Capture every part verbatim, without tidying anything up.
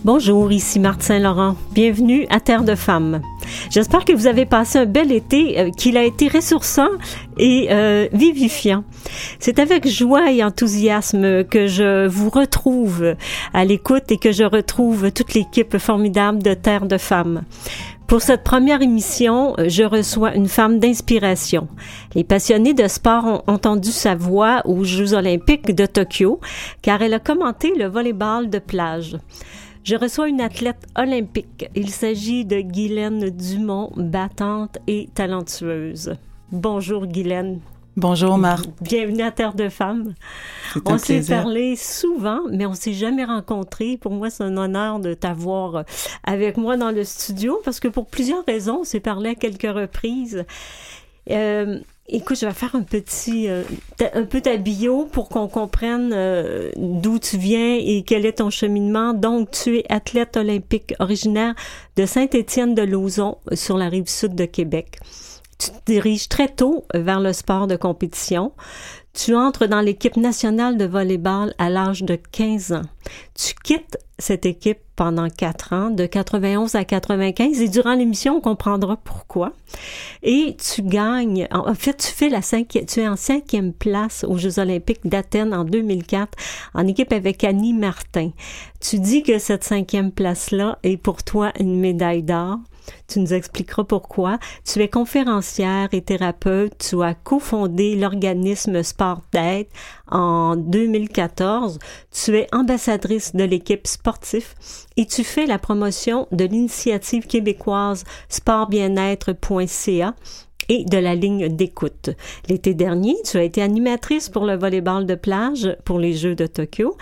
Bonjour, ici Marthe Saint-Laurent. Bienvenue à Terre de Femmes. J'espère que vous avez passé un bel été, euh, qu'il a été ressourçant et euh, vivifiant. C'est avec joie et enthousiasme que je vous retrouve à l'écoute et que je retrouve toute l'équipe formidable de Terre de Femmes. Pour cette première émission, je reçois une femme d'inspiration. Les passionnés de sport ont entendu sa voix aux Jeux olympiques de Tokyo, car elle a commenté le volley-ball de plage. Je reçois une athlète olympique. Il s'agit de Guylaine Dumont, battante et talentueuse. Bonjour Guylaine. Bonjour Marthe. Bienvenue à Terre de Femmes. C'est un on s'est plaisir. parlé souvent, mais on s'est jamais rencontrés. Pour moi, c'est un honneur de t'avoir avec moi dans le studio parce que pour plusieurs raisons, on s'est parlé à quelques reprises. Euh, écoute, je vais faire un petit, euh, un peu ta bio pour qu'on comprenne euh, d'où tu viens et quel est ton cheminement. Donc, tu es athlète olympique originaire de Saint-Étienne-de-Lauzon sur la rive sud de Québec. Tu te diriges très tôt vers le sport de compétition. Tu entres dans l'équipe nationale de volley-ball à l'âge de quinze ans. Tu quittes cette équipe pendant quatre ans, de quatre-vingt-onze à quatre-vingt-quinze, et durant l'émission, on comprendra pourquoi. Et tu gagnes, en fait, tu fais la cinquième, tu es en cinquième place aux Jeux olympiques d'Athènes en deux mille quatre, en équipe avec Annie Martin. Tu dis que cette cinquième place-là est pour toi une médaille d'or. Tu nous expliqueras pourquoi. Tu es conférencière et thérapeute. Tu as cofondé l'organisme Sport Tête en deux mille quatorze. Tu es ambassadrice de l'équipe sportive et tu fais la promotion de l'initiative québécoise sport bien être point c a et de la ligne d'écoute. L'été dernier, tu as été animatrice pour le volley-ball de plage pour les Jeux de Tokyo.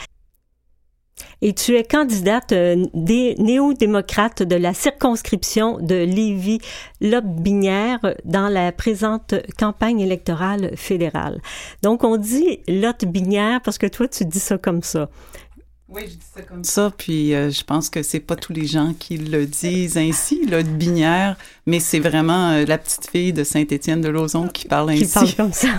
Et tu es candidate euh, des néo-démocrates de la circonscription de Lévis-Lotbinière dans la présente campagne électorale fédérale. Donc, on dit Lotbinière parce que toi, tu dis ça comme ça. Oui, je dis ça comme ça, puis euh, je pense que c'est pas tous les gens qui le disent ainsi, Lotbinière, mais c'est vraiment euh, la petite fille de Saint-Étienne-de-Lauzon qui parle ainsi. Qui parle comme ça.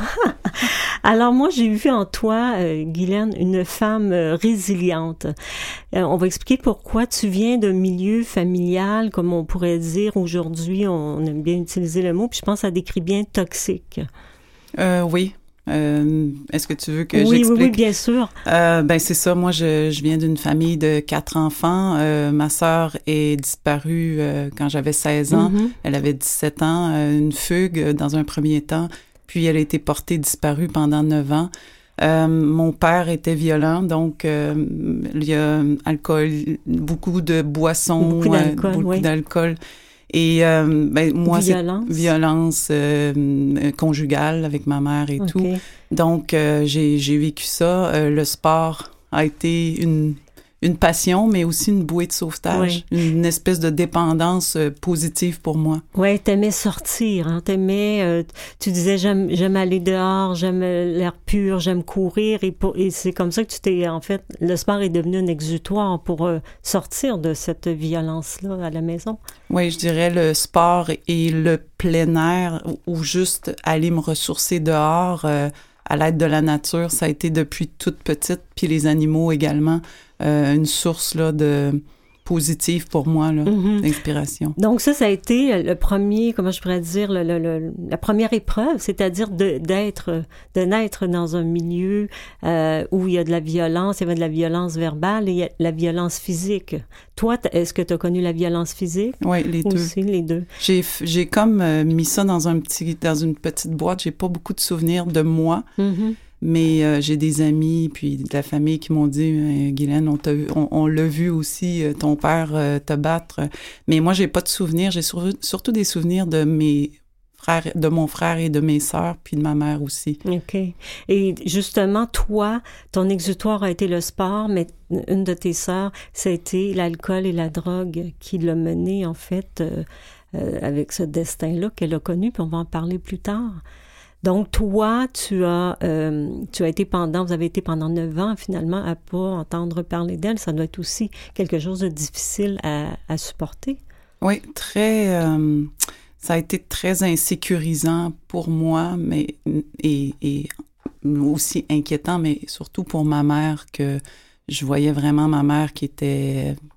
Alors moi, j'ai vu en toi, euh, Guylaine, une femme euh, résiliente. Euh, on va expliquer pourquoi tu viens d'un milieu familial, comme on pourrait dire aujourd'hui, on aime bien utiliser le mot, puis je pense que ça décrit bien toxique. Euh, oui. Euh, est-ce que tu veux que oui, j'explique? Oui, oui, bien sûr. Euh, ben c'est ça. Moi, je, je viens d'une famille de quatre enfants. Euh, ma sœur est disparue euh, quand j'avais seize ans. Mm-hmm. Elle avait dix-sept ans. Euh, une fugue dans un premier temps. Puis elle a été portée disparue pendant neuf ans. Euh, mon père était violent, donc euh, il y a alcool, beaucoup de boissons, beaucoup d'alcool, euh, beaucoup oui. d'alcool. Et euh, ben, moi, violence. c'est violence euh, conjugale avec ma mère et okay. tout. Donc, euh, j'ai, j'ai vécu ça. Euh, le sport a été une, une passion, mais aussi une bouée de sauvetage, oui. Une espèce de dépendance euh, positive pour moi. Oui, t'aimais sortir, hein? T'aimais, euh, tu disais j'aime, j'aime aller dehors, j'aime l'air pur, j'aime courir, et, pour, et c'est comme ça que tu t'es, en fait, le sport est devenu un exutoire pour euh, sortir de cette violence-là à la maison. Oui, je dirais le sport et le plein air, ou juste aller me ressourcer dehors euh, à l'aide de la nature, ça a été depuis toute petite, puis les animaux également, euh, une source là de positive pour moi, là, mm-hmm. d'inspiration. Donc ça, ça a été le premier, comment je pourrais dire, le, le, le, la première épreuve, c'est-à-dire de, d'être, de naître dans un milieu euh, où il y a de la violence, il y avait de la violence verbale et il y a la violence physique. Toi, est-ce que tu as connu la violence physique? Oui, les deux. Aussi, les deux. J'ai, j'ai comme euh, mis ça dans un petit, dans une petite boîte. J'ai pas beaucoup de souvenirs de moi. Mm-hmm. Mais euh, j'ai des amis puis de la famille qui m'ont dit euh, « Guylaine, on, t'a, on, on l'a vu aussi, euh, ton père euh, te battre. » Mais moi, j'ai pas de souvenirs. J'ai sur, surtout des souvenirs de mes frères, de mon frère et de mes sœurs, puis de ma mère aussi. OK. Et justement, toi, ton exutoire a été le sport, mais une de tes sœurs, ça a été l'alcool et la drogue qui l'a menée, en fait, euh, euh, avec ce destin-là qu'elle a connu, puis on va en parler plus tard. Donc, toi, tu as, euh, tu as été pendant, vous avez été pendant neuf ans, finalement, à pas entendre parler d'elle. Ça doit être aussi quelque chose de difficile à, à supporter. Oui, très... Euh, ça a été très insécurisant pour moi, mais et, et aussi inquiétant, mais surtout pour ma mère, que je voyais vraiment ma mère qui était,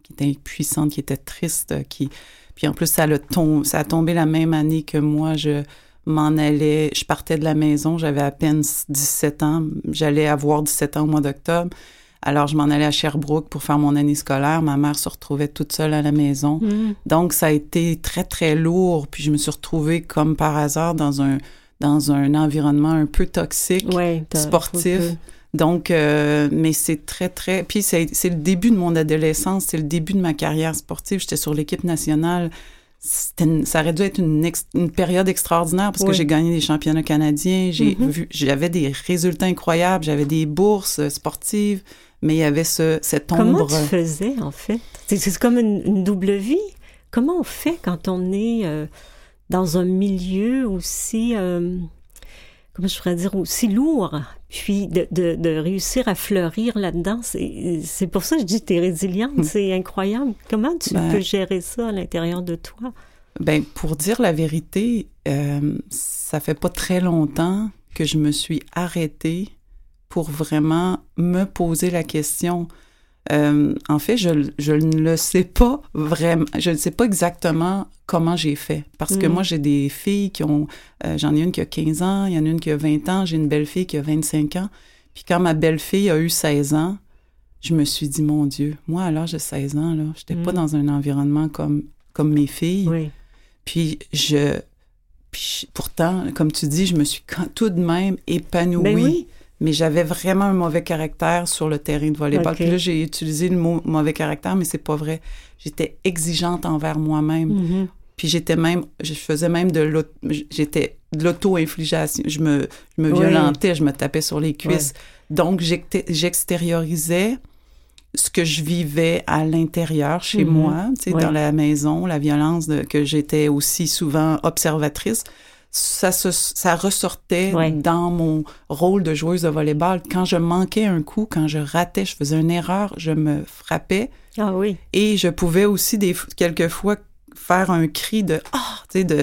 qui était impuissante, qui était triste, qui... Puis en plus, ça a, tom... ça a tombé la même année que moi, je m'en allais, je partais de la maison, j'avais à peine dix-sept ans, j'allais avoir dix-sept ans au mois d'octobre. Alors, je m'en allais à Sherbrooke pour faire mon année scolaire. Ma mère se retrouvait toute seule à la maison. Mmh. Donc, ça a été très, très lourd. Puis, je me suis retrouvée, comme par hasard, dans un, dans un environnement un peu toxique, ouais, sportif. Donc, euh, mais c'est très, très... Puis, c'est, c'est le début de mon adolescence, c'est le début de ma carrière sportive. J'étais sur l'équipe nationale. C'était une, ça aurait dû être une, ex, une période extraordinaire parce oui. que j'ai gagné des championnats canadiens. J'ai mm-hmm. vu, j'avais des résultats incroyables. J'avais des bourses sportives. Mais il y avait ce, cette ombre... Comment tu faisais, en fait? C'est, c'est comme une, une double vie. Comment on fait quand on est euh, dans un milieu aussi... Euh, comment je pourrais dire? Aussi lourd. Puis de, de, de réussir à fleurir là-dedans. C'est, c'est pour ça que je dis que tu es résiliente. C'est incroyable. Comment tu ben, peux gérer ça à l'intérieur de toi? Ben, pour dire la vérité, euh, ça fait pas très longtemps que je me suis arrêtée pour vraiment me poser la question. Euh, en fait, je, je ne le sais pas vraiment, je ne sais pas exactement comment j'ai fait. Parce mmh. que moi, j'ai des filles qui ont... Euh, j'en ai une qui a quinze ans, il y en a une qui a vingt ans, j'ai une belle-fille qui a vingt-cinq ans. Puis quand ma belle-fille a eu seize ans, je me suis dit, mon Dieu, moi, à l'âge de seize ans, là, j'étais mmh. pas dans un environnement comme, comme mes filles. Oui. Puis je... Puis pourtant, comme tu dis, je me suis tout de même épanouie. Ben oui. Mais j'avais vraiment un mauvais caractère sur le terrain de volleyball. Okay. Puis là, j'ai utilisé le mot mauvais caractère, mais c'est pas vrai. J'étais exigeante envers moi-même. Mm-hmm. Puis j'étais même, je faisais même de l'auto, j'étais de l'auto-infligation. Je me, je me oui. violentais, je me tapais sur les cuisses. Ouais. Donc, j'extériorisais ce que je vivais à l'intérieur, chez mm-hmm. moi, tu sais, ouais. dans la maison, la violence de, que j'étais aussi souvent observatrice. Ça, se, ça ressortait ouais. dans mon rôle de joueuse de volleyball. Quand je manquais un coup, quand je ratais, je faisais une erreur, je me frappais. Ah oui. Et je pouvais aussi, des, quelquefois, faire un cri de « Ah! » tu sais, de...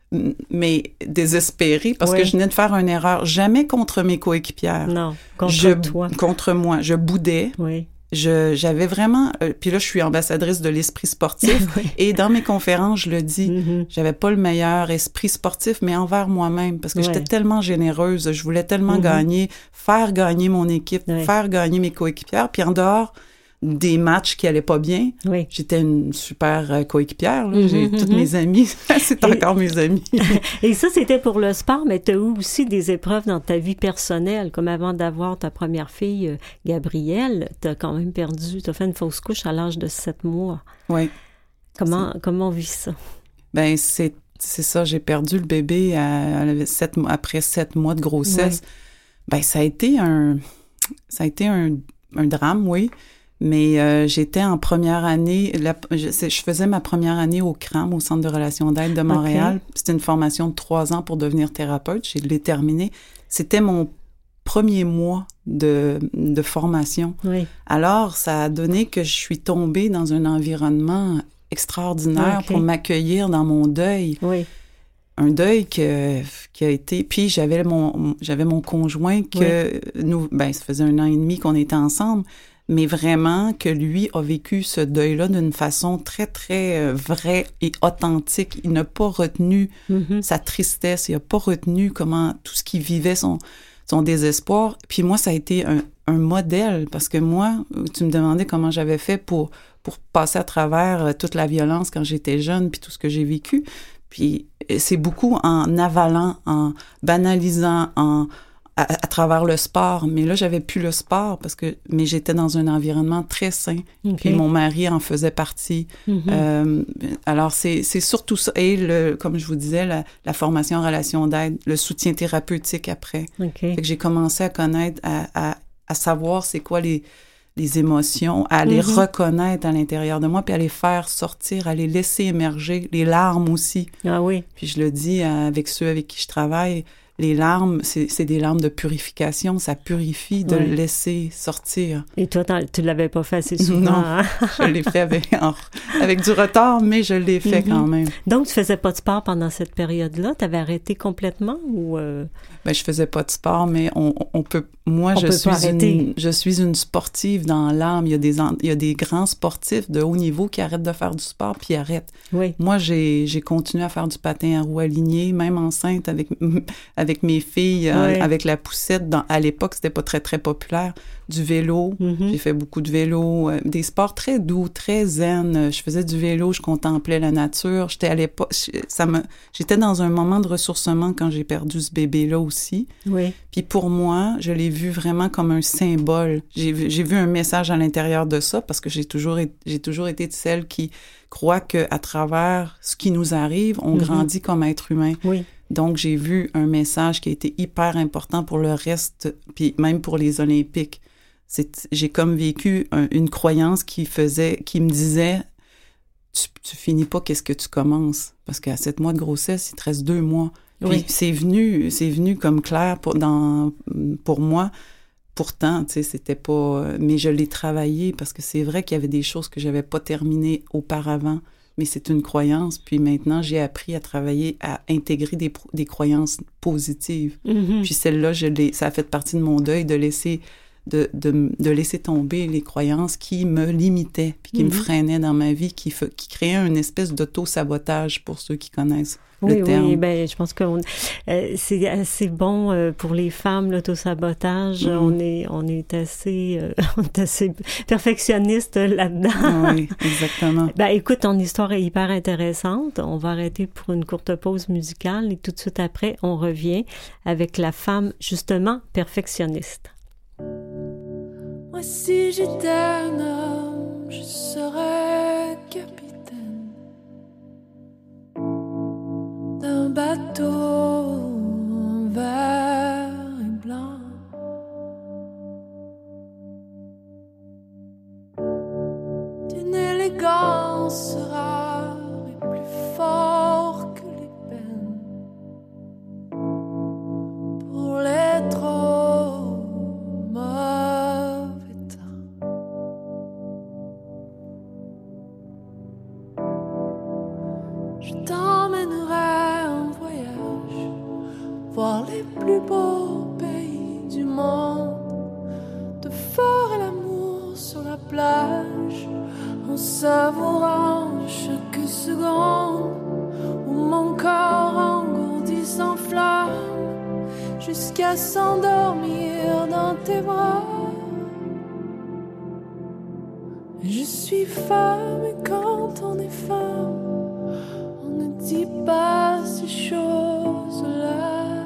mais désespéré parce oui. que je venais de faire une erreur. Jamais contre mes coéquipières. Non, contre je, toi. Contre moi. Je boudais. Oui. Je, j'avais vraiment... Euh, puis là, je suis ambassadrice de l'esprit sportif. Oui. Et dans mes conférences, je le dis, mm-hmm. j'avais pas le meilleur esprit sportif, mais envers moi-même, parce que ouais. j'étais tellement généreuse, je voulais tellement mm-hmm. gagner, faire gagner mon équipe, ouais. faire gagner mes coéquipières. Puis en dehors des matchs qui allaient pas bien, oui. j'étais une super euh, coéquipière. Là. Mm-hmm. J'ai toutes mm-hmm. mes amies. C'est encore et, mes amies. Et ça, c'était pour le sport, mais tu as eu aussi des épreuves dans ta vie personnelle, comme avant d'avoir ta première fille, euh, Gabrielle, tu as quand même perdu, tu as fait une fausse couche à l'âge de sept mois. Oui. Comment, comment on vit ça? Ben c'est, c'est ça, j'ai perdu le bébé à, à sept, après sept mois de grossesse. Oui. Ben ça a été un, ça a été un, un drame, oui. Mais euh, j'étais en première année, la, je, je faisais ma première année au C R A M, au Centre de relations d'aide de Montréal. Okay. C'était une formation de trois ans pour devenir thérapeute. Je l'ai terminée. C'était mon premier mois de, de formation. Oui. Alors, ça a donné que je suis tombée dans un environnement extraordinaire okay. pour m'accueillir dans mon deuil. Oui. Un deuil que, qui a été... Puis j'avais mon, j'avais mon conjoint que oui. nous... Ben, ça faisait un an et demi qu'on était ensemble. Mais vraiment que lui a vécu ce deuil-là d'une façon très, très euh, vraie et authentique. Il n'a pas retenu mm-hmm. sa tristesse, il n'a pas retenu comment tout ce qu'il vivait, son, son désespoir. Puis moi, ça a été un, un modèle, parce que moi, tu me demandais comment j'avais fait pour, pour passer à travers euh, toute la violence quand j'étais jeune, puis tout ce que j'ai vécu. Puis c'est beaucoup en avalant, en banalisant, en... À, à travers le sport, mais là, j'avais plus le sport parce que, mais j'étais dans un environnement très sain. Okay. Puis mon mari en faisait partie. Mm-hmm. Euh, alors, c'est, c'est surtout ça. Et le, comme je vous disais, la, la formation en relation d'aide, le soutien thérapeutique après. Okay. Fait que j'ai commencé à connaître, à, à, à savoir c'est quoi les, les émotions, à les mm-hmm. reconnaître à l'intérieur de moi, puis à les faire sortir, à les laisser émerger, les larmes aussi. Ah oui. Puis je le dis avec ceux avec qui je travaille, les larmes, c'est, c'est des larmes de purification. Ça purifie de ouais. le laisser sortir. Et toi, tu ne l'avais pas fait assez souvent? Non, hein? Je l'ai fait avec, en, avec du retard, mais je l'ai fait mm-hmm. quand même. Donc, tu faisais pas de sport pendant cette période-là? Tu avais arrêté complètement ou... Euh... Ben, je faisais pas de sport, mais on, on peut... Moi, on je, peut suis une, je suis une sportive dans l'âme. Il y a des, il y a des grands sportifs de haut niveau qui arrêtent de faire du sport puis arrêtent. Oui. Moi, j'ai, j'ai continué à faire du patin à roues alignées, même enceinte avec, avec mes filles, oui. euh, avec la poussette. Dans, à l'époque, c'était pas très, très populaire. Du vélo, mm-hmm. j'ai fait beaucoup de vélo. Euh, des sports très doux, très zen. Je faisais du vélo, je contemplais la nature. J'étais à l'époque... Ça me, j'étais dans un moment de ressourcement quand j'ai perdu ce bébé-là aussi. Oui. Puis pour moi, je l'ai vu vraiment comme un symbole. J'ai vu, j'ai vu un message à l'intérieur de ça parce que j'ai toujours, été, j'ai toujours été de celle qui croit qu'à travers ce qui nous arrive, on mm-hmm. grandit comme être humain. Oui. Donc, j'ai vu un message qui a été hyper important pour le reste, puis même pour les Olympiques. C'est, j'ai comme vécu un, une croyance qui faisait, qui me disait, tu, tu finis pas qu'est-ce que tu commences. Parce qu'à sept mois de grossesse, il te reste deux mois. Puis oui. c'est venu, c'est venu comme clair pour, dans, pour moi. Pourtant, tu sais, c'était pas... Mais je l'ai travaillé parce que c'est vrai qu'il y avait des choses que j'avais pas terminées auparavant. Mais c'est une croyance. Puis maintenant, j'ai appris à travailler, à intégrer des, des croyances positives. Mm-hmm. Puis celle-là, je l'ai, ça a fait partie de mon deuil de laisser... De, de, de laisser tomber les croyances qui me limitaient puis qui mm-hmm. me freinaient dans ma vie, qui, fe, qui créaient une espèce d'auto-sabotage pour ceux qui connaissent oui, le terme. Oui, bien, je pense que euh, c'est assez bon euh, pour les femmes, l'auto-sabotage. Mm-hmm. On est, on est assez, euh, on est assez perfectionniste là-dedans. Oui, exactement. Ben, écoute, ton histoire est hyper intéressante. On va arrêter pour une courte pause musicale et tout de suite après, on revient avec la femme, justement, perfectionniste. Moi, si j'étais un homme, je serais capitaine d'un bateau en vert et blanc. D'une élégance rare et plus fort que les peines pour les trop mauvais temps. Je t'emmènerai en voyage, voir les plus beaux pays du monde, te faire l'amour sur la plage, en savourant chaque seconde où mon corps engourdi s'enflamme, jusqu'à s'endormir dans tes bras. Je suis femme et quand on est femme, on ne dit pas ces choses-là.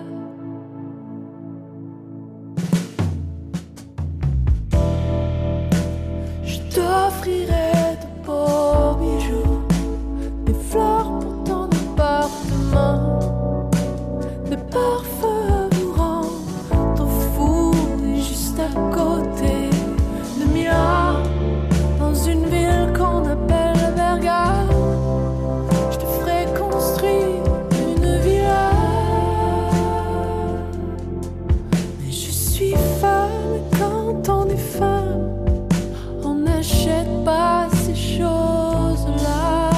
Je t'offrirai de beaux bijoux, des fleurs pour ton appartement, des parfums vous rendre fou. Et juste à côté de Milan, dans une ville qu'on appelle Bergame, je te ferai construire une villa. Mais je suis femme et quand on est femme, on n'achète pas ces choses-là.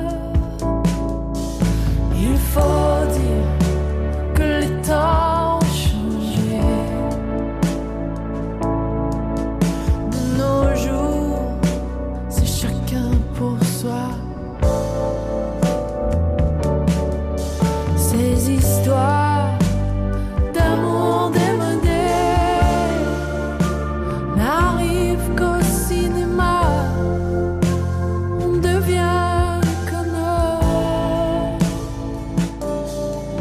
Il faut dire que les temps ont changé. De nos jours, c'est chacun pour soi. Ces histoires d'amour démodé n'arrivent qu'au cinéma. On devient connard.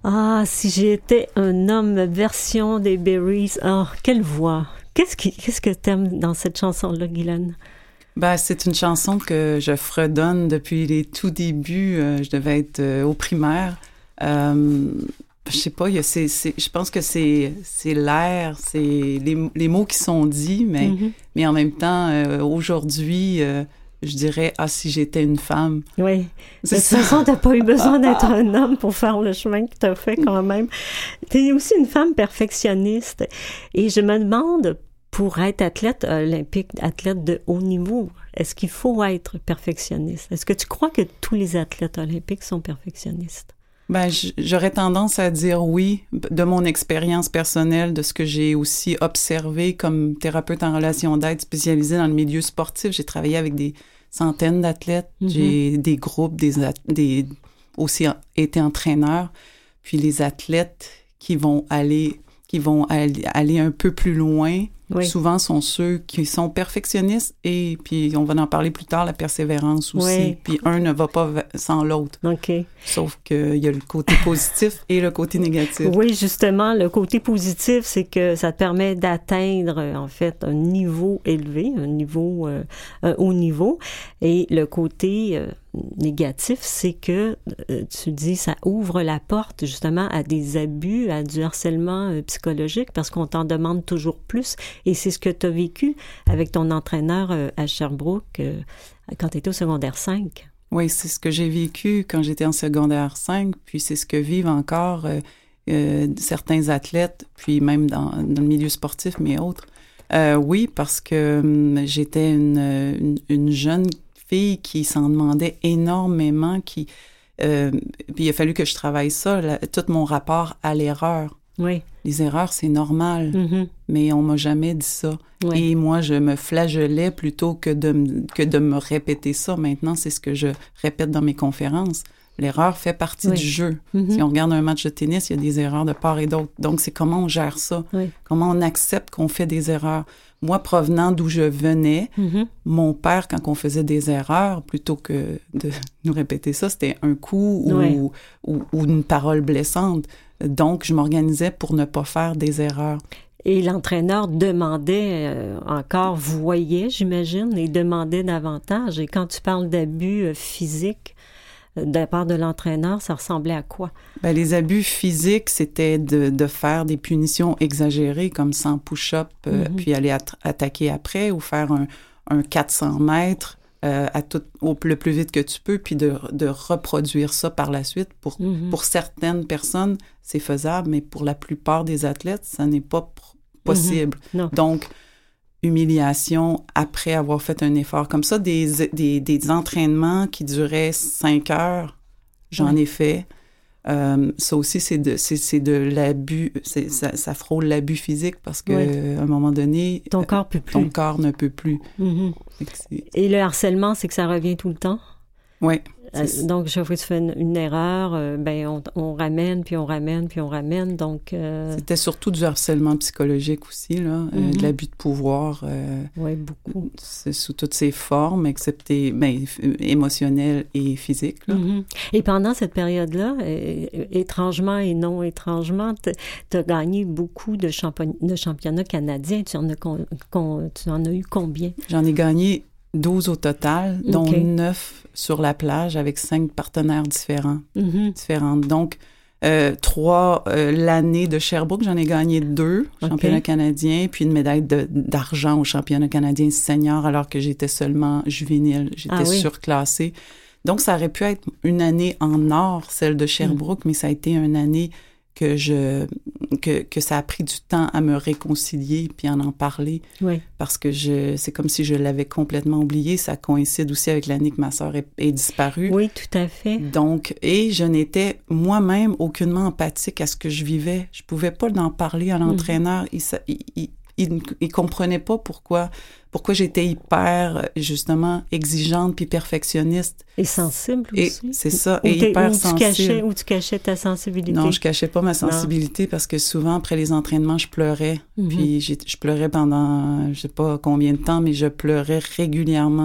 Ah, si j'étais un homme version des Berries, oh, quelle voix! Qu'est-ce, qui, qu'est-ce que t'aimes dans cette chanson-là, Guylaine? Ben, c'est une chanson que je fredonne depuis les tout débuts. Euh, je devais être euh, au primaire. Euh, je sais pas, il y a, c'est, c'est, je pense que c'est, c'est l'air, c'est les, les mots qui sont dits, mais, mm-hmm. mais en même temps, euh, aujourd'hui... Euh, je dirais, ah, si j'étais une femme. Oui. C'est de toute façon, t'as pas eu besoin d'être un homme pour faire le chemin que t'as fait quand même. T'es aussi une femme perfectionniste. Et je me demande, pour être athlète olympique, athlète de haut niveau, est-ce qu'il faut être perfectionniste? Est-ce que tu crois que tous les athlètes olympiques sont perfectionnistes? Ben, j'aurais tendance à dire oui, de mon expérience personnelle, de ce que j'ai aussi observé comme thérapeute en relations d'aide spécialisée dans le milieu sportif. J'ai travaillé avec des centaines d'athlètes, mm-hmm. j'ai des groupes, des, des aussi été entraîneur. Puis les athlètes qui vont aller, qui vont aller, aller un peu plus loin, oui. souvent sont ceux qui sont perfectionnistes et puis on va en parler plus tard, la persévérance aussi. Oui. Puis un ne va pas sans l'autre. OK. Sauf qu'il y a le côté positif et le côté négatif. Oui, justement, le côté positif, c'est que ça te permet d'atteindre en fait un niveau élevé, un niveau, euh, un haut niveau. Et le côté euh, négatif, c'est que euh, tu dis, ça ouvre la porte justement à des abus, à du harcèlement euh, psychologique parce qu'on t'en demande toujours plus. Et c'est ce que tu as vécu avec ton entraîneur euh, à Sherbrooke euh, quand tu étais au secondaire cinq. Oui, c'est ce que j'ai vécu quand j'étais en secondaire cinq, puis c'est ce que vivent encore euh, euh, certains athlètes, puis même dans, dans le milieu sportif, mais autres. Euh, oui, parce que hum, j'étais une, une, une jeune fille qui s'en demandait énormément, qui euh, puis il a fallu que je travaille ça, là, tout mon rapport à l'erreur. Oui. Les erreurs, c'est normal, mm-hmm. mais on m'a jamais dit ça. Oui. Et moi, je me flagellais plutôt que de, que de me répéter ça. Maintenant, c'est ce que je répète dans mes conférences. L'erreur fait partie oui. du jeu. Mm-hmm. Si on regarde un match de tennis, il y a des erreurs de part et d'autre. Donc, c'est comment on gère ça, oui. comment on accepte qu'on fait des erreurs. Moi, provenant d'où je venais, mm-hmm. mon père, quand on faisait des erreurs, plutôt que de nous répéter ça, c'était un coup ou, oui. ou, ou une parole blessante. Donc, je m'organisais pour ne pas faire des erreurs. Et l'entraîneur demandait euh, encore, voyait, j'imagine, et demandait davantage. Et quand tu parles d'abus euh, physiques euh, de la part de l'entraîneur, ça ressemblait à quoi? Bien, les abus physiques, c'était de, de faire des punitions exagérées, comme cent push-up, euh, mm-hmm. puis aller at- attaquer après, ou faire un, un quatre cents mètres euh, à tout, au, le plus vite que tu peux, puis de, de reproduire ça par la suite. Pour, mm-hmm. pour certaines personnes, c'est faisable, mais pour la plupart des athlètes, ça n'est pas possible. Mm-hmm. Non. Donc, humiliation après avoir fait un effort comme ça, des, des, des entraînements qui duraient cinq heures, j'en oui. ai fait. Euh, ça aussi, c'est de, c'est, c'est de l'abus, c'est, ça, ça frôle l'abus physique parce qu'à oui. un moment donné, ton corps peut plus. Ton corps ne peut plus. Mm-hmm. Et le harcèlement, c'est que ça revient tout le temps? Oui. Euh, donc, chaque fois que tu fais une, une erreur, euh, ben on, on ramène, puis on ramène, puis on ramène, donc... Euh... C'était surtout du harcèlement psychologique aussi, là, mm-hmm. euh, de l'abus de pouvoir. Euh, oui, beaucoup. Sous toutes ses formes, excepté ben, émotionnelles et physiques. Là. Mm-hmm. Et pendant cette période-là, euh, étrangement et non étrangement, tu as gagné beaucoup de, champion- de championnats canadiens. Tu en, as con- con- tu en as eu combien? J'en ai gagné douze au total, dont okay. neuf sur la plage avec cinq partenaires différents. Mm-hmm. différentes. Donc, euh, trois, euh, l'année de Sherbrooke, j'en ai gagné deux, okay. championnat canadien, puis une médaille de, d'argent au championnat canadien senior, alors que j'étais seulement juvénile. J'étais ah, oui. surclassée. Donc, ça aurait pu être une année en or, celle de Sherbrooke, mm. mais ça a été une année que je que que ça a pris du temps à me réconcilier puis en en parler oui. parce que je c'est comme si je l'avais complètement oublié. Ça coïncide aussi avec l'année que ma sœur est, est disparue. Oui, tout à fait. Donc, et je n'étais moi-même aucunement empathique à ce que je vivais. Je pouvais pas en parler à l'entraîneur. Mm-hmm. Il, il, il, il comprenait pas pourquoi pourquoi j'étais hyper, justement, exigeante puis perfectionniste. Et sensible aussi. Et c'est ça, ou et hyper ou sensible. Tu cachais, ou tu cachais ta sensibilité. Non, je cachais pas ma sensibilité non. parce que souvent, après les entraînements, je pleurais. Mm-hmm. Puis j'ai, je pleurais pendant, je sais pas combien de temps, mais je pleurais régulièrement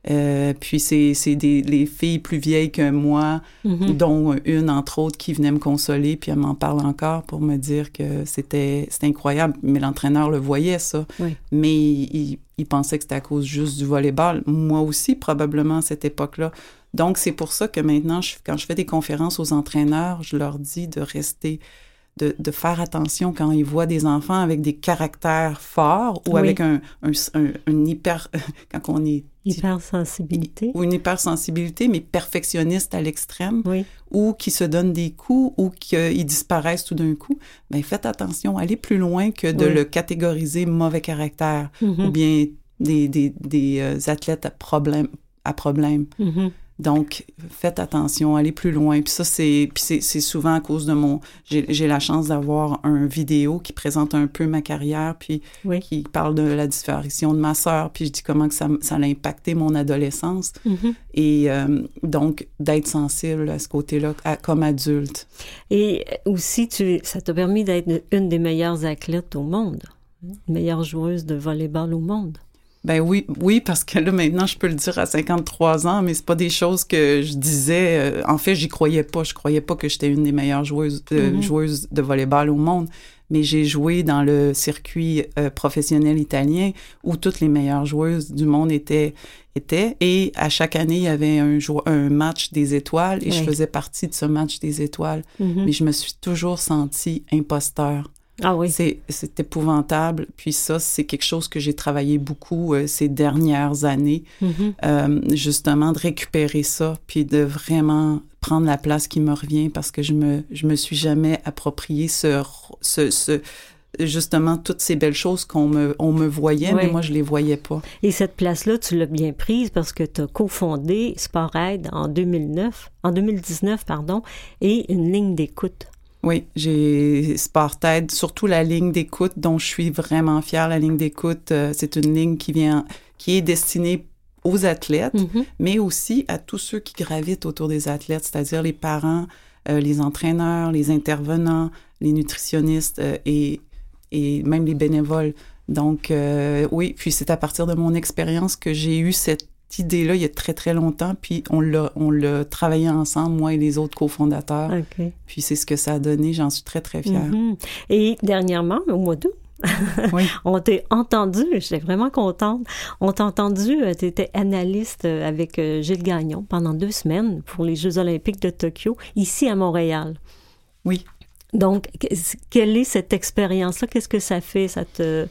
Euh, puis c'est, c'est des, les filles plus vieilles que moi, mm-hmm. dont une, entre autres, qui venait me consoler, puis elle m'en parle encore pour me dire que c'était, c'était incroyable. Mais l'entraîneur le voyait, ça. Oui. Mais il, il pensait que c'était à cause juste du volleyball. Moi aussi, probablement, à cette époque-là. Donc, c'est pour ça que maintenant, je, quand je fais des conférences aux entraîneurs, je leur dis de rester... De, de faire attention quand ils voient des enfants avec des caractères forts ou oui. avec un, un, un, un hyper... quand on est... Hypersensibilité. Ou une hypersensibilité, mais perfectionniste à l'extrême, oui. ou qui se donnent des coups ou qu'ils disparaissent tout d'un coup. Bien, faites attention, allez plus loin que de oui. le catégoriser mauvais caractère mm-hmm. ou bien des, des, des euh, athlètes à problème. À problème. Mm-hmm. Donc, faites attention, allez plus loin. Puis ça, c'est, puis c'est, c'est souvent à cause de mon... J'ai, j'ai la chance d'avoir un vidéo qui présente un peu ma carrière, puis oui. qui parle de la disparition de ma sœur, puis je dis comment que ça, ça a impacté mon adolescence. Mm-hmm. Et euh, donc, d'être sensible à ce côté-là à, comme adulte. Et aussi, tu, ça t'a permis d'être une des meilleures athlètes au monde, une meilleure joueuse de volleyball au monde. Ben oui, oui, parce que là, maintenant, je peux le dire à cinquante-trois ans, mais c'est pas des choses que je disais. Euh, en fait, j'y croyais pas. Je croyais pas que j'étais une des meilleures joueuses, euh, mm-hmm. joueuses de volleyball au monde. Mais j'ai joué dans le circuit euh, professionnel italien où toutes les meilleures joueuses du monde étaient, étaient. Et à chaque année, il y avait un, jou- un match des étoiles et oui. je faisais partie de ce match des étoiles. Mm-hmm. Mais je me suis toujours sentie imposteur. Ah oui. C'est, c'est épouvantable. Puis ça, c'est quelque chose que j'ai travaillé beaucoup euh, ces dernières années, mm-hmm. euh, justement, de récupérer ça, puis de vraiment prendre la place qui me revient parce que je me, je me suis jamais approprié ce, ce, ce, justement, toutes ces belles choses qu'on me, on me voyait, oui. mais moi, je les voyais pas. Et cette place-là, tu l'as bien prise parce que tu as cofondé SportAide en deux mille neuf, en deux mille dix-neuf, pardon, et une ligne d'écoute. Oui, j'ai SportAide, surtout la ligne d'écoute dont je suis vraiment fière. La ligne d'écoute, euh, c'est une ligne qui vient, qui est destinée aux athlètes, mm-hmm. mais aussi à tous ceux qui gravitent autour des athlètes, c'est-à-dire les parents, euh, les entraîneurs, les intervenants, les nutritionnistes euh, et, et même les bénévoles. Donc, euh, oui, puis c'est à partir de mon expérience que j'ai eu cette idée-là il y a très, très longtemps, puis on l'a, on l'a travaillé ensemble, moi et les autres cofondateurs. Okay. Puis c'est ce que ça a donné, j'en suis très, très fière. Mm-hmm. Et dernièrement, au mois d'août, oui. on t'a entendu, j'étais vraiment contente, on t'a entendu, tu étais analyste avec Gilles Gagnon pendant deux semaines pour les Jeux olympiques de Tokyo, ici à Montréal. Oui. Donc, quelle est cette expérience-là? Qu'est-ce que ça fait? Ça te...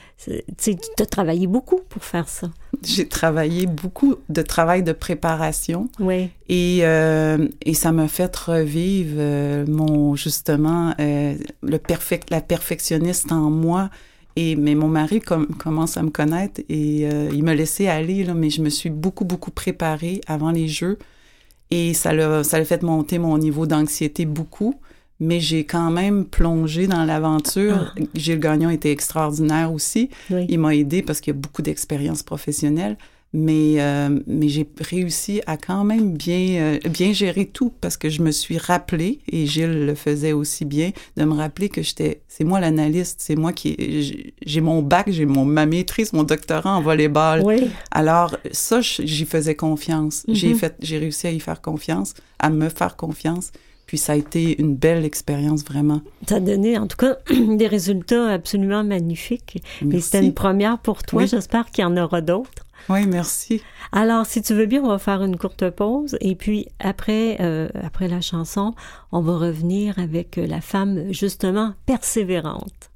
Tu as travaillé beaucoup pour faire ça. J'ai travaillé beaucoup de travail de préparation. Oui. Et, euh, et ça m'a fait revivre euh, mon, justement, euh, le perfect, la perfectionniste en moi. Et, mais mon mari com- commence à me connaître et euh, il m'a laissé aller, là, mais je me suis beaucoup, beaucoup préparée avant les Jeux. Et ça l'a, ça l'a fait monter mon niveau d'anxiété beaucoup. Mais j'ai quand même plongé dans l'aventure. Ah. Gilles Gagnon était extraordinaire aussi. Oui. Il m'a aidé parce qu'il y a beaucoup d'expérience professionnelle. Mais, euh, mais j'ai réussi à quand même bien, euh, bien gérer tout parce que je me suis rappelé, et Gilles le faisait aussi bien, de me rappeler que j'étais, c'est moi l'analyste, c'est moi qui, j'ai, j'ai mon bac, j'ai mon, ma maîtrise, mon doctorat en volleyball. Oui. Alors ça, j'y faisais confiance. Mm-hmm. J'ai fait, j'ai réussi à y faire confiance, à me faire confiance. Puis ça a été une belle expérience, vraiment. Ça a donné, en tout cas, des résultats absolument magnifiques. Merci. Et c'était une première pour toi. Oui. J'espère qu'il y en aura d'autres. Oui, merci. Alors, si tu veux bien, on va faire une courte pause. Et puis, après, euh, après la chanson, on va revenir avec la femme, justement, persévérante.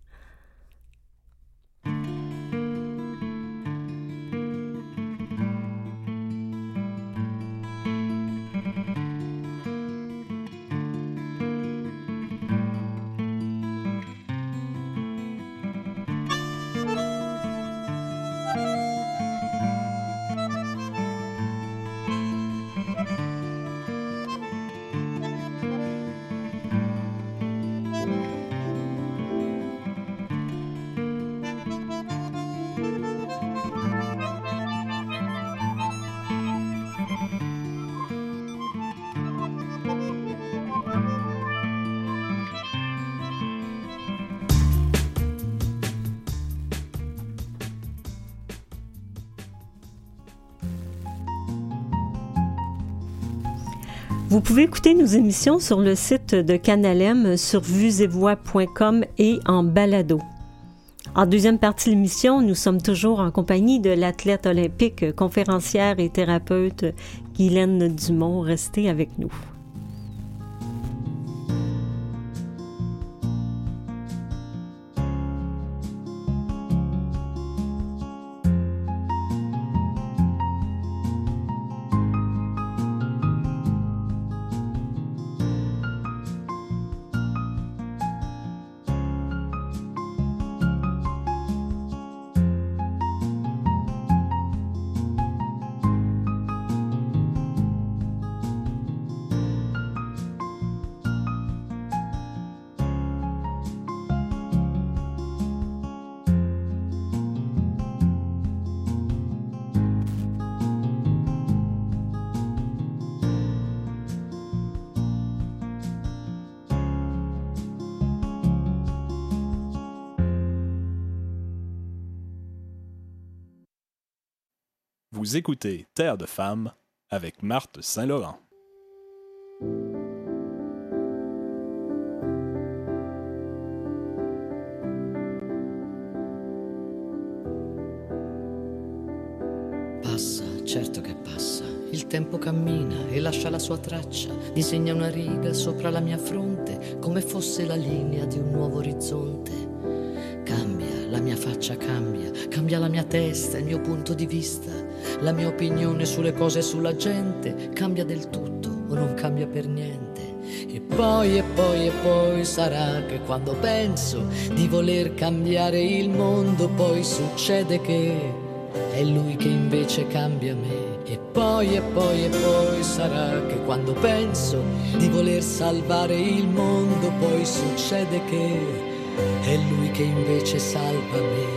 Vous pouvez écouter nos émissions sur le site de Canalem, sur vues et voix point com et en balado. En deuxième partie de l'émission, nous sommes toujours en compagnie de l'athlète olympique, conférencière et thérapeute Guylaine Dumont. Restez avec nous. Vous écoutez Terre de femmes avec Marthe Saint-Laurent. Passa, certo che passa, il tempo cammina e lascia la sua traccia, disegna una riga sopra la mia fronte come fosse la linea di un nuovo orizzonte. Cambia, la mia faccia cambia, cambia la mia testa, il mio punto di vista, la mia opinione sulle cose e sulla gente, cambia del tutto o non cambia per niente. E poi, e poi, e poi sarà che quando penso di voler cambiare il mondo, poi succede che è lui che invece cambia me. E poi, e poi, e poi sarà che quando penso di voler salvare il mondo, poi succede che è lui che invece salva me.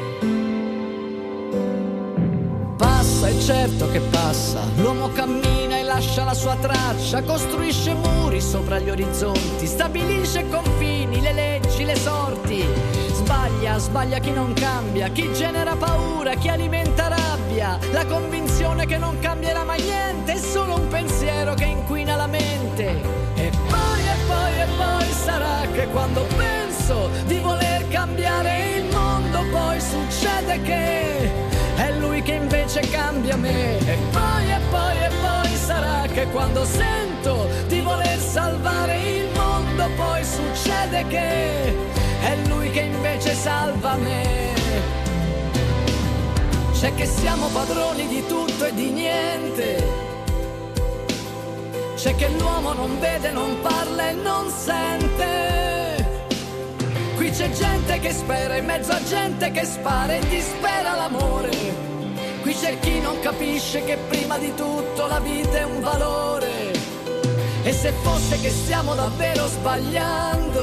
Passa, è certo che passa, l'uomo cammina e lascia la sua traccia, costruisce muri sopra gli orizzonti, stabilisce confini, le leggi, le sorti. Sbaglia, sbaglia chi non cambia, chi genera paura, chi alimenta rabbia, la convinzione che non cambierà mai niente, è solo un pensiero che inquina la mente. E poi, e poi, e poi sarà che quando penso di voler cambiare il mondo, poi succede che è lui che invece cambia me. E poi, e poi, e poi sarà che quando sento di voler salvare il mondo, poi succede che è lui che invece salva me. C'è che siamo padroni di tutto e di niente, c'è che l'uomo non vede, non parla e non sente. Qui c'è gente che spera in mezzo a gente che spara e dispera l'amore. Qui c'è chi non capisce che prima di tutto la vita è un valore. E se fosse che stiamo davvero sbagliando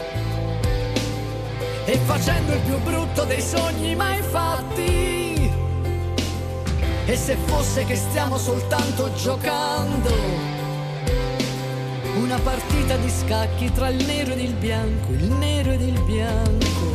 e facendo il più brutto dei sogni mai fatti, e se fosse che stiamo soltanto giocando una partita di scacchi tra il nero ed il bianco, il nero ed il bianco.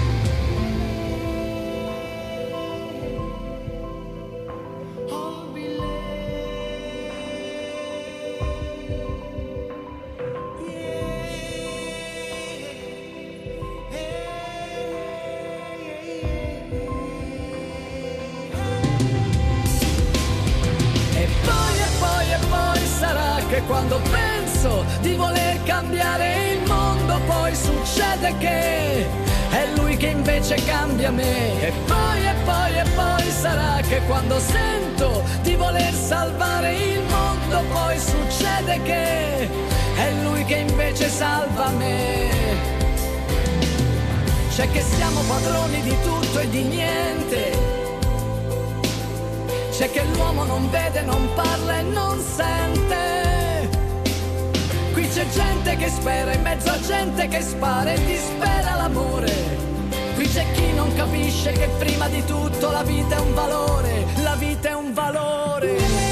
Quando penso di voler cambiare il mondo, poi succede che è lui che invece cambia me. E poi, e poi, e poi sarà che quando sento di voler salvare il mondo, poi succede che è lui che invece salva me. C'è che siamo padroni di tutto e di niente, c'è che l'uomo non vede, non parla e non sente. Qui c'è gente che spera in mezzo a gente che spara e dispera l'amore. Qui c'è chi non capisce che prima di tutto la vita è un valore, la vita è un valore.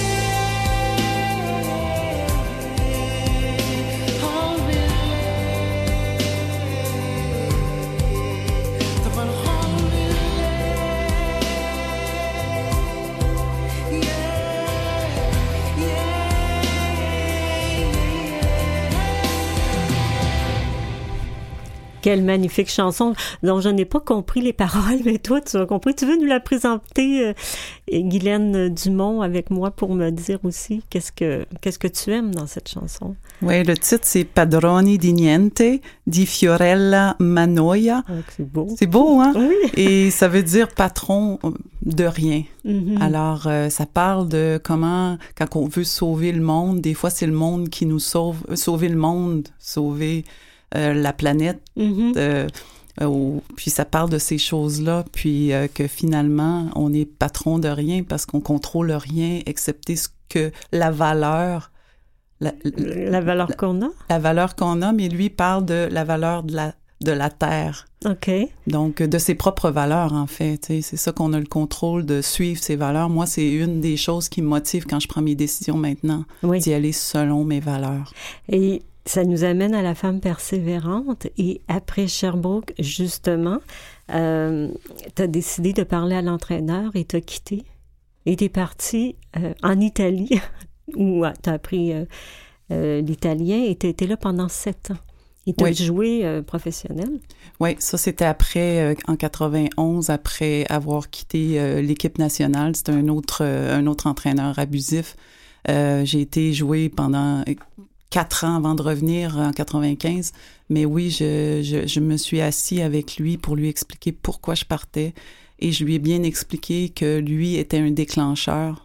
Quelle magnifique chanson dont je n'ai pas compris les paroles, mais toi, tu as compris. Tu veux nous la présenter, euh, Guylaine Dumont, avec moi pour me dire aussi qu'est-ce que, qu'est-ce que tu aimes dans cette chanson? Oui, le titre, c'est Padroni di niente, di Fiorella Mannoia. Oh, c'est beau. C'est beau, hein? Oui. Et ça veut dire patron de rien. Mm-hmm. Alors, euh, ça parle de comment, quand on veut sauver le monde, des fois, c'est le monde qui nous sauve. Sauver le monde, sauver... Euh, la planète, Mm-hmm. euh, euh, puis ça parle de ces choses-là, puis euh, que finalement, on est patron de rien parce qu'on contrôle rien, excepté ce que la valeur... La, la valeur la, qu'on a? La valeur qu'on a, mais lui parle de la valeur de la, de la Terre. OK. Donc, de ses propres valeurs, en fait. T'sais, c'est ça qu'on a le contrôle de suivre ses valeurs. Moi, c'est une des choses qui me motive quand je prends mes décisions maintenant, oui. d'y aller selon mes valeurs. Et... ça nous amène à la femme persévérante. Et après Sherbrooke, justement, euh, tu as décidé de parler à l'entraîneur et t'as quitté. Et tu es partie euh, en Italie, où tu as appris euh, euh, l'italien et tu as été là pendant sept ans. Et tu as oui. joué euh, professionnel. Oui, ça, c'était après, euh, en quatre-vingt-onze, après avoir quitté euh, l'équipe nationale. C'était un autre, euh, un autre entraîneur abusif. Euh, j'ai été jouer pendant... quatre ans avant de revenir en quatre-vingt-quinze. Mais oui, je, je, je me suis assis avec lui pour lui expliquer pourquoi je partais. Et je lui ai bien expliqué que lui était un déclencheur.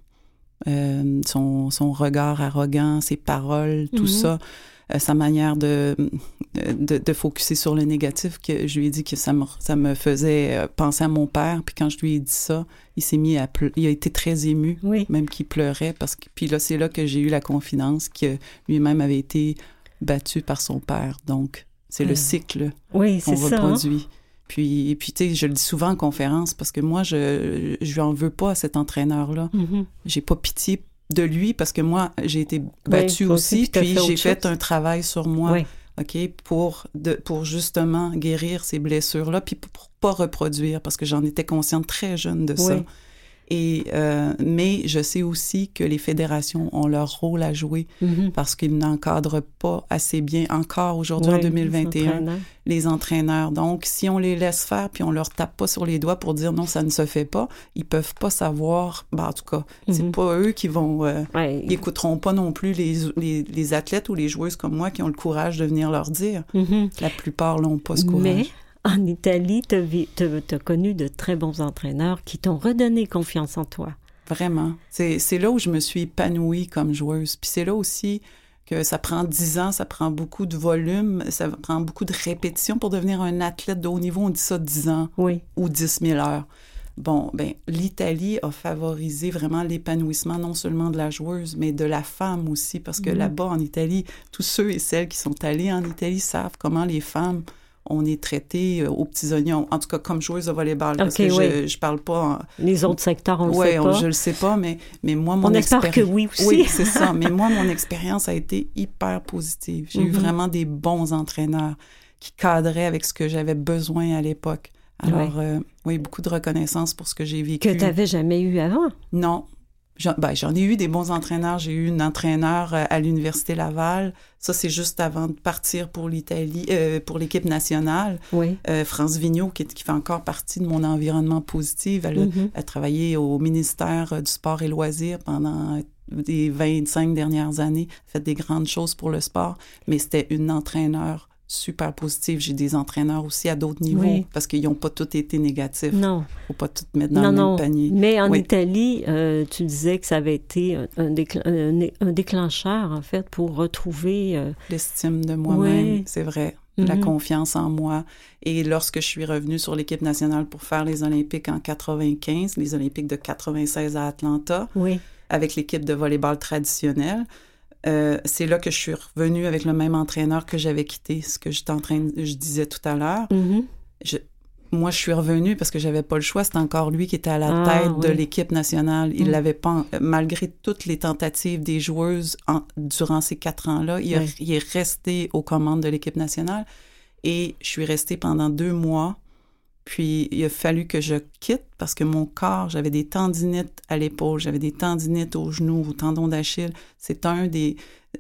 Euh, son, son regard arrogant, ses paroles, tout mm-hmm. ça, euh, sa manière de, de, de focusser sur le négatif, que je lui ai dit que ça me, ça me faisait penser à mon père. Puis quand je lui ai dit ça, il s'est mis à pleurer. Il a été très ému, oui. même qu'il pleurait. Parce que, puis là, c'est là que j'ai eu la confidence que lui-même avait été battu par son père. Donc, c'est mmh. le cycle oui, qu'on c'est reproduit. Ça, hein? Puis, puis tu sais, je le dis souvent en conférence parce que moi, je je lui en veux pas à cet entraîneur-là. Mm-hmm. J'ai pas pitié de lui parce que moi, j'ai été battue oui, aussi, aussi puis j'ai fait chose. un travail sur moi, oui. OK, pour, de, pour justement guérir ces blessures-là, puis pour, pour pas reproduire, parce que j'en étais consciente très jeune de oui. ça. Et, euh, mais je sais aussi que les fédérations ont leur rôle à jouer mm-hmm. parce qu'ils n'encadrent pas assez bien encore aujourd'hui oui, en deux mille vingt et un les entraîneurs. les entraîneurs. Donc, si on les laisse faire puis on leur tape pas sur les doigts pour dire non, ça ne se fait pas, ils peuvent pas savoir. Ben, en tout cas, mm-hmm. c'est pas eux qui vont. Euh, ouais. Ils écouteront pas non plus les, les, les athlètes ou les joueuses comme moi qui ont le courage de venir leur dire. Mm-hmm. La plupart n'ont pas ce courage. Mais... en Italie, tu as connu de très bons entraîneurs qui t'ont redonné confiance en toi. Vraiment. C'est, c'est là où je me suis épanouie comme joueuse. Puis c'est là aussi que ça prend dix ans, ça prend beaucoup de volume, ça prend beaucoup de répétition pour devenir un athlète de haut niveau. On dit ça dix ans oui. ou dix mille heures. Bon, ben l'Italie a favorisé vraiment l'épanouissement non seulement de la joueuse, mais de la femme aussi. Parce que mmh. là-bas, en Italie, tous ceux et celles qui sont allés en Italie savent comment les femmes... on est traité euh, aux petits oignons, en tout cas comme joueuse de volleyball, parce okay, que oui. je, je parle pas... En... Les autres secteurs, on ouais, le sait pas. Oui, je le sais pas, mais, mais moi, mon on expéri... espère que oui aussi. Oui, c'est ça, mais moi, mon expérience a été hyper positive. J'ai mm-hmm. eu vraiment des bons entraîneurs qui cadraient avec ce que j'avais besoin à l'époque. Alors, ouais. euh, oui, beaucoup de reconnaissance pour ce que j'ai vécu. Que tu n'avais jamais eu avant. Non. J'en, ben, j'en ai eu des bons entraîneurs. J'ai eu une entraîneur à l'Université Laval. Ça, c'est juste avant de partir pour l'Italie, euh, pour l'équipe nationale. Oui. Euh, France Vigneault, qui, qui fait encore partie de mon environnement positif. Elle, mm-hmm. a, a travaillé au ministère du Sport et Loisirs pendant les vingt-cinq dernières années. Elle a fait des grandes choses pour le sport, mais c'était une entraîneur super positive. J'ai des entraîneurs aussi à d'autres niveaux oui. parce qu'ils n'ont pas tous été négatifs. Non. Il ne faut pas tout mettre dans non, le non. même panier. Mais en oui. Italie, euh, tu disais que ça avait été un, déclen- un, un déclencheur, en fait, pour retrouver... Euh... l'estime de moi-même, oui. c'est vrai. Mm-hmm. La confiance en moi. Et lorsque je suis revenue sur l'équipe nationale pour faire les Olympiques en quatre-vingt-quinze, les Olympiques de quatre-vingt-seize à Atlanta, oui. avec l'équipe de volleyball traditionnelle, Euh, c'est là que je suis revenue avec le même entraîneur que j'avais quitté, ce que j'étais en train de, je disais tout à l'heure. Mm-hmm. Je, moi, je suis revenue parce que j'avais pas le choix. C'était encore lui qui était à la ah, tête oui. de l'équipe nationale. Il mm. l'avait pas, malgré toutes les tentatives des joueuses en, durant ces quatre ans-là, il, a, oui. il est resté aux commandes de l'équipe nationale. Et je suis restée pendant deux mois. Puis, il a fallu que je quitte parce que mon corps, j'avais des tendinites à l'épaule, j'avais des tendinites aux genoux, aux tendons d'Achille. C'est un des...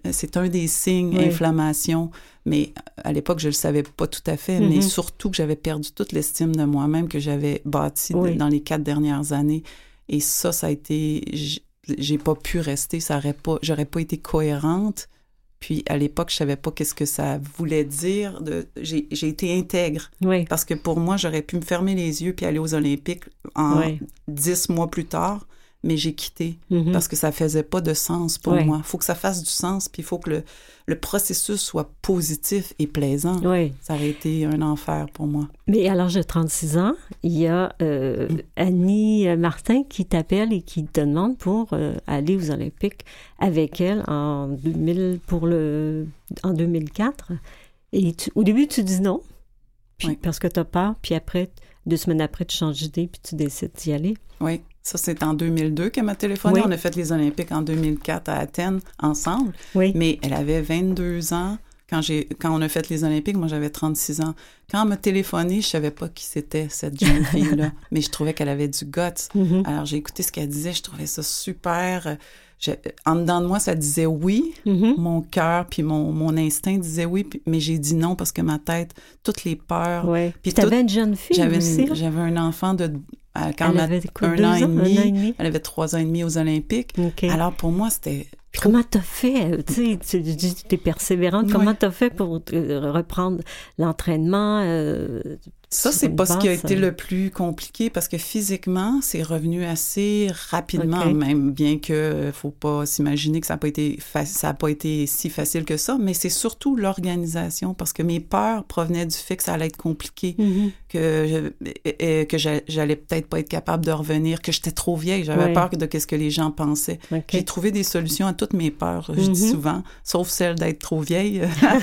c'est un des signes, oui. inflammation. Mais à l'époque, je le savais pas tout à fait, mm-hmm. mais surtout que j'avais perdu toute l'estime de moi-même que j'avais bâtie oui. de, dans les quatre dernières années. Et ça, ça a été... J'ai pas pu rester, ça aurait pas... J'aurais pas été cohérente. Puis, à l'époque, je savais pas qu'est-ce que ça voulait dire. De, j'ai, j'ai été intègre. Oui. Parce que pour moi, j'aurais pu me fermer les yeux puis aller aux Olympiques en oui. dix mois plus tard, mais j'ai quitté mm-hmm. parce que ça faisait pas de sens pour oui. moi. Il faut que ça fasse du sens, puis il faut que le, le processus soit positif et plaisant. Oui. Ça aurait été un enfer pour moi. Mais à l'âge de trente-six ans, il y a euh, mm. Annie Martin qui t'appelle et qui te demande pour euh, aller aux Olympiques avec elle en deux mille pour le en deux mille quatre. Et tu, au début, tu dis non, puis, oui. parce que tu as peur, puis après, deux semaines après, tu changes d'idée, puis tu décides d'y aller. Oui. Ça, c'est en deux mille deux qu'elle m'a téléphoné. Oui. On a fait les Olympiques en deux mille quatre à Athènes ensemble. Oui. Mais elle avait vingt-deux ans quand, j'ai, quand on a fait les Olympiques. Moi, j'avais trente-six ans. Quand elle m'a téléphoné, je savais pas qui c'était, cette jeune fille-là. Mais je trouvais qu'elle avait du guts. Mm-hmm. Alors, j'ai écouté ce qu'elle disait. Je trouvais ça super. Je, en dedans de moi, ça disait oui. Mm-hmm. Mon cœur puis mon, mon instinct disait oui. Puis, mais j'ai dit non parce que ma tête, toutes les peurs. Oui. Puis tu avais une jeune fille j'avais aussi. Une, j'avais un enfant de... Quand elle avait quoi, un, deux an ans, et demi, un an et demi. Elle avait trois ans et demi aux Olympiques. Okay. Alors, pour moi, c'était... Puis comment t'as fait? Tu sais, tu es persévérante. Oui. Comment t'as fait pour reprendre l'entraînement? Euh, ça, c'est pas ce qui a été le plus compliqué parce que physiquement, c'est revenu assez rapidement, okay. même bien que faut pas s'imaginer que ça n'a pas été fa- ça a pas été si facile que ça, mais c'est surtout l'organisation parce que mes peurs provenaient du fait que ça allait être compliqué, mm-hmm. que je, et, et, que j'allais peut-être pas être capable de revenir, que j'étais trop vieille, j'avais ouais. peur de qu'est-ce que les gens pensaient. Okay. J'ai trouvé des solutions à toutes mes peurs, je mm-hmm. dis souvent, sauf celle d'être trop vieille,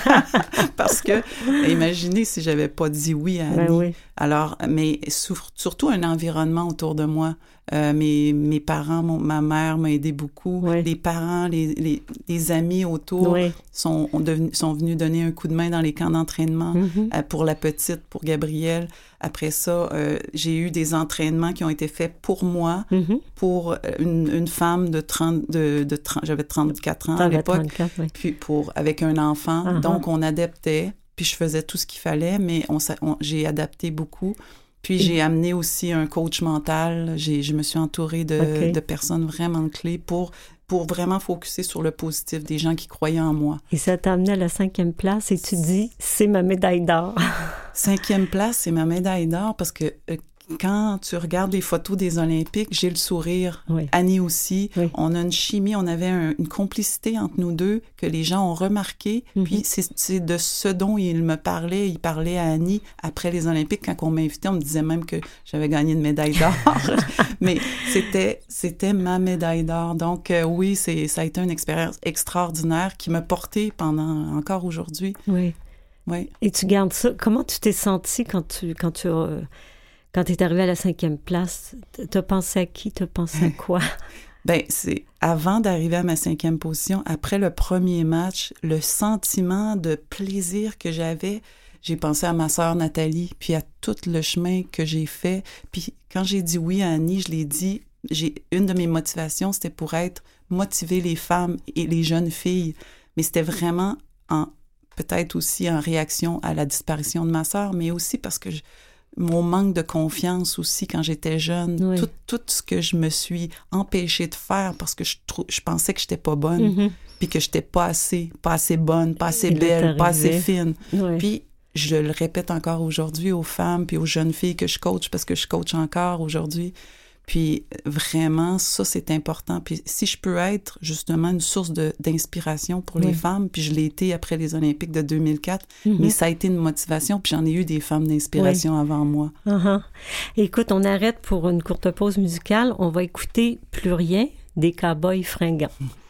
parce que imaginez si j'avais pas dit oui à Annie. Ben oui. Alors, mais sur, surtout un environnement autour de moi. Euh, mes, mes parents, mon, ma mère m'a aidé beaucoup. Oui. Les parents, les, les, les amis autour oui. sont, ont devenu, sont venus donner un coup de main dans les camps d'entraînement mm-hmm. euh, pour la petite, pour Gabrielle. Après ça, euh, j'ai eu des entraînements qui ont été faits pour moi, mm-hmm. pour une, une femme de trente, de, de trente, j'avais trente-quatre ans à l'époque, trente-quatre, oui. puis pour, avec un enfant. Uh-huh. Donc, on adaptait. Puis je faisais tout ce qu'il fallait, mais on, on, j'ai adapté beaucoup. Puis j'ai amené aussi un coach mental. J'ai, je me suis entourée de, okay. de personnes vraiment clés pour, pour vraiment focusser sur le positif, des gens qui croyaient en moi. Et ça t'a amené à la cinquième place et tu dis, c'est ma médaille d'or. Cinquième place, c'est ma médaille d'or parce que... Euh, quand tu regardes les photos des Olympiques, j'ai le sourire. Oui. Annie aussi. Oui. On a une chimie, on avait un, une complicité entre nous deux que les gens ont remarqué. Mm-hmm. Puis c'est, c'est de ce dont il me parlait. Il parlait à Annie après les Olympiques. Quand on m'invitait, on me disait même que j'avais gagné une médaille d'or. Mais c'était, c'était ma médaille d'or. Donc euh, oui, c'est, ça a été une expérience extraordinaire qui m'a portée pendant encore aujourd'hui. Oui. Oui. Et tu gardes ça. Comment tu t'es sentie quand tu... Quand tu euh... Quand tu es arrivé à la cinquième place, tu as pensé à qui? Tu as pensé à quoi? Bien, c'est avant d'arriver à ma cinquième position, après le premier match, le sentiment de plaisir que j'avais, j'ai pensé à ma sœur Nathalie, puis à tout le chemin que j'ai fait. Puis quand j'ai dit oui à Annie, je l'ai dit, j'ai, une de mes motivations, c'était pour être motiver les femmes et les jeunes filles. Mais c'était vraiment en, peut-être aussi en réaction à la disparition de ma sœur, mais aussi parce que je, mon manque de confiance aussi quand j'étais jeune, oui. tout, tout ce que je me suis empêchée de faire parce que je, trou- je pensais que j'étais pas bonne, mm-hmm. puis que j'étais pas assez, pas assez bonne, pas assez Il belle, pas assez fine. Oui. Puis je le répète encore aujourd'hui aux femmes puis aux jeunes filles que je coach parce que je coach encore aujourd'hui. Puis vraiment, ça, c'est important. Puis si je peux être justement une source de, d'inspiration pour oui. les femmes, puis je l'ai été après les Olympiques de deux mille quatre, mm-hmm. mais ça a été une motivation, puis j'en ai eu des femmes d'inspiration oui. avant moi. Uh-huh. Écoute, on arrête pour une courte pause musicale. On va écouter Plus rien des Cowboys fringants.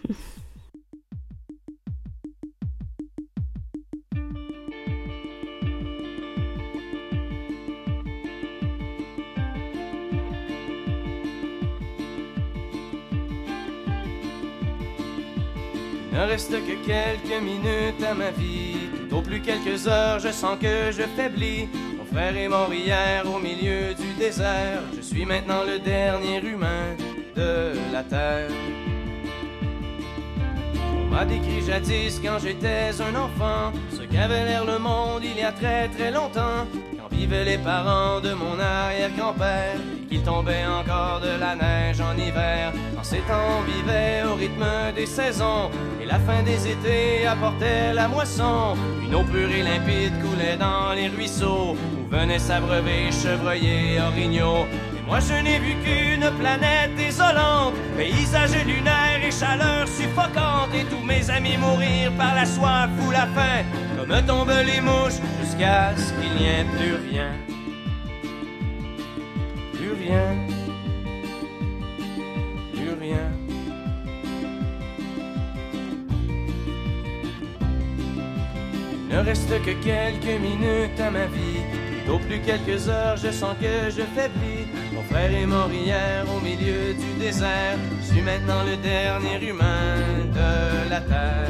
Il ne reste que quelques minutes à ma vie, tout au plus quelques heures, je sens que je faiblis. Mon frère est mort hier au milieu du désert, je suis maintenant le dernier humain de la terre. m'a décrit jadis quand j'étais un enfant ce qu'avait l'air le monde il y a très très longtemps, quand vivaient les parents de mon arrière-grand-père et qu'il tombait encore de la neige en hiver. En ces temps on vivait au rythme des saisons et la fin des étés apportait la moisson. Une eau pure et limpide coulait dans les ruisseaux où venaient s'abreuver chevreuils et orignaux. Moi je n'ai vu qu'une planète désolante, paysage lunaire et chaleur suffocante, et tous mes amis mourir par la soif ou la faim, comme tombent les mouches, jusqu'à ce qu'il n'y ait plus rien. Plus rien. Plus rien. Il ne reste que quelques minutes à ma vie, plutôt plus quelques heures, je sens que je faiblis. Mon frère est mort hier au milieu du désert, je suis maintenant le dernier humain de la terre.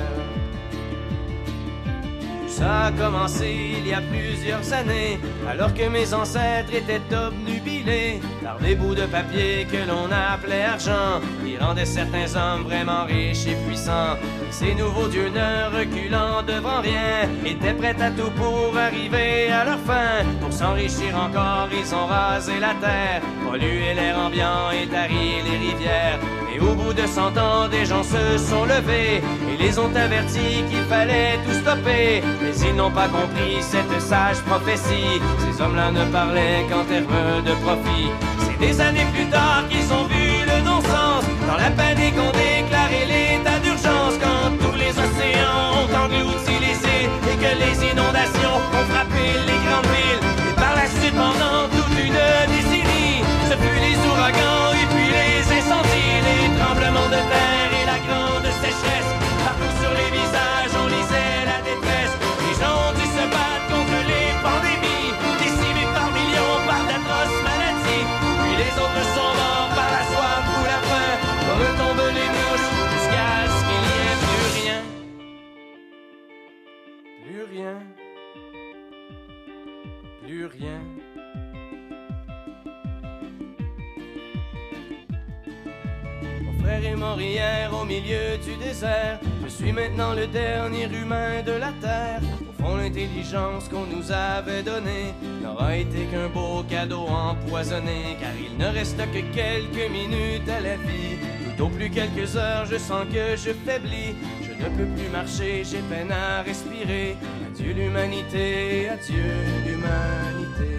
Ça a commencé il y a plusieurs années, alors que mes ancêtres étaient obnubilés par des bouts de papier que l'on appelait argent, qui rendaient certains hommes vraiment riches et puissants. Ces nouveaux dieux ne reculant devant rien, étaient prêts à tout pour arriver à leur fin. Pour s'enrichir encore, ils ont rasé la terre, pollué l'air ambiant et tari les rivières. Et au bout de cent ans, des gens se sont levés et les ont avertis qu'il fallait tout stopper. Mais ils n'ont pas compris cette sage prophétie, ces hommes-là ne parlaient qu'en termes de profit. C'est des années plus tard qu'ils ont vu le non-sens, dans la panique on déclarait l'état d'urgence, quand tous les océans ont englouti les îles et que les inondations ont frappé les grandes villes. Et par la suite, pendant toute une décennie, ce fut les ouragans et puis les incendies, les tremblements de terre et la grande sécheresse. Partout sur les visages on lisait la détresse, les gens ont dû se battre contre les pandémies, décimés par millions par d'atroces maladies. Puis les autres sont morts par la soif ou la faim, comme tombent les mouches, jusqu'à ce qu'il n'y ait plus rien. Plus rien. Plus rien. Mon frère est mort hier au milieu du désert, je suis maintenant le dernier humain de la terre. Au fond, l'intelligence qu'on nous avait donnée n'aura été qu'un beau cadeau empoisonné, car il ne reste que quelques minutes à la vie, tout au plus quelques heures, je sens que je faiblis. Je ne peux plus marcher, j'ai peine à respirer. Adieu l'humanité, adieu l'humanité.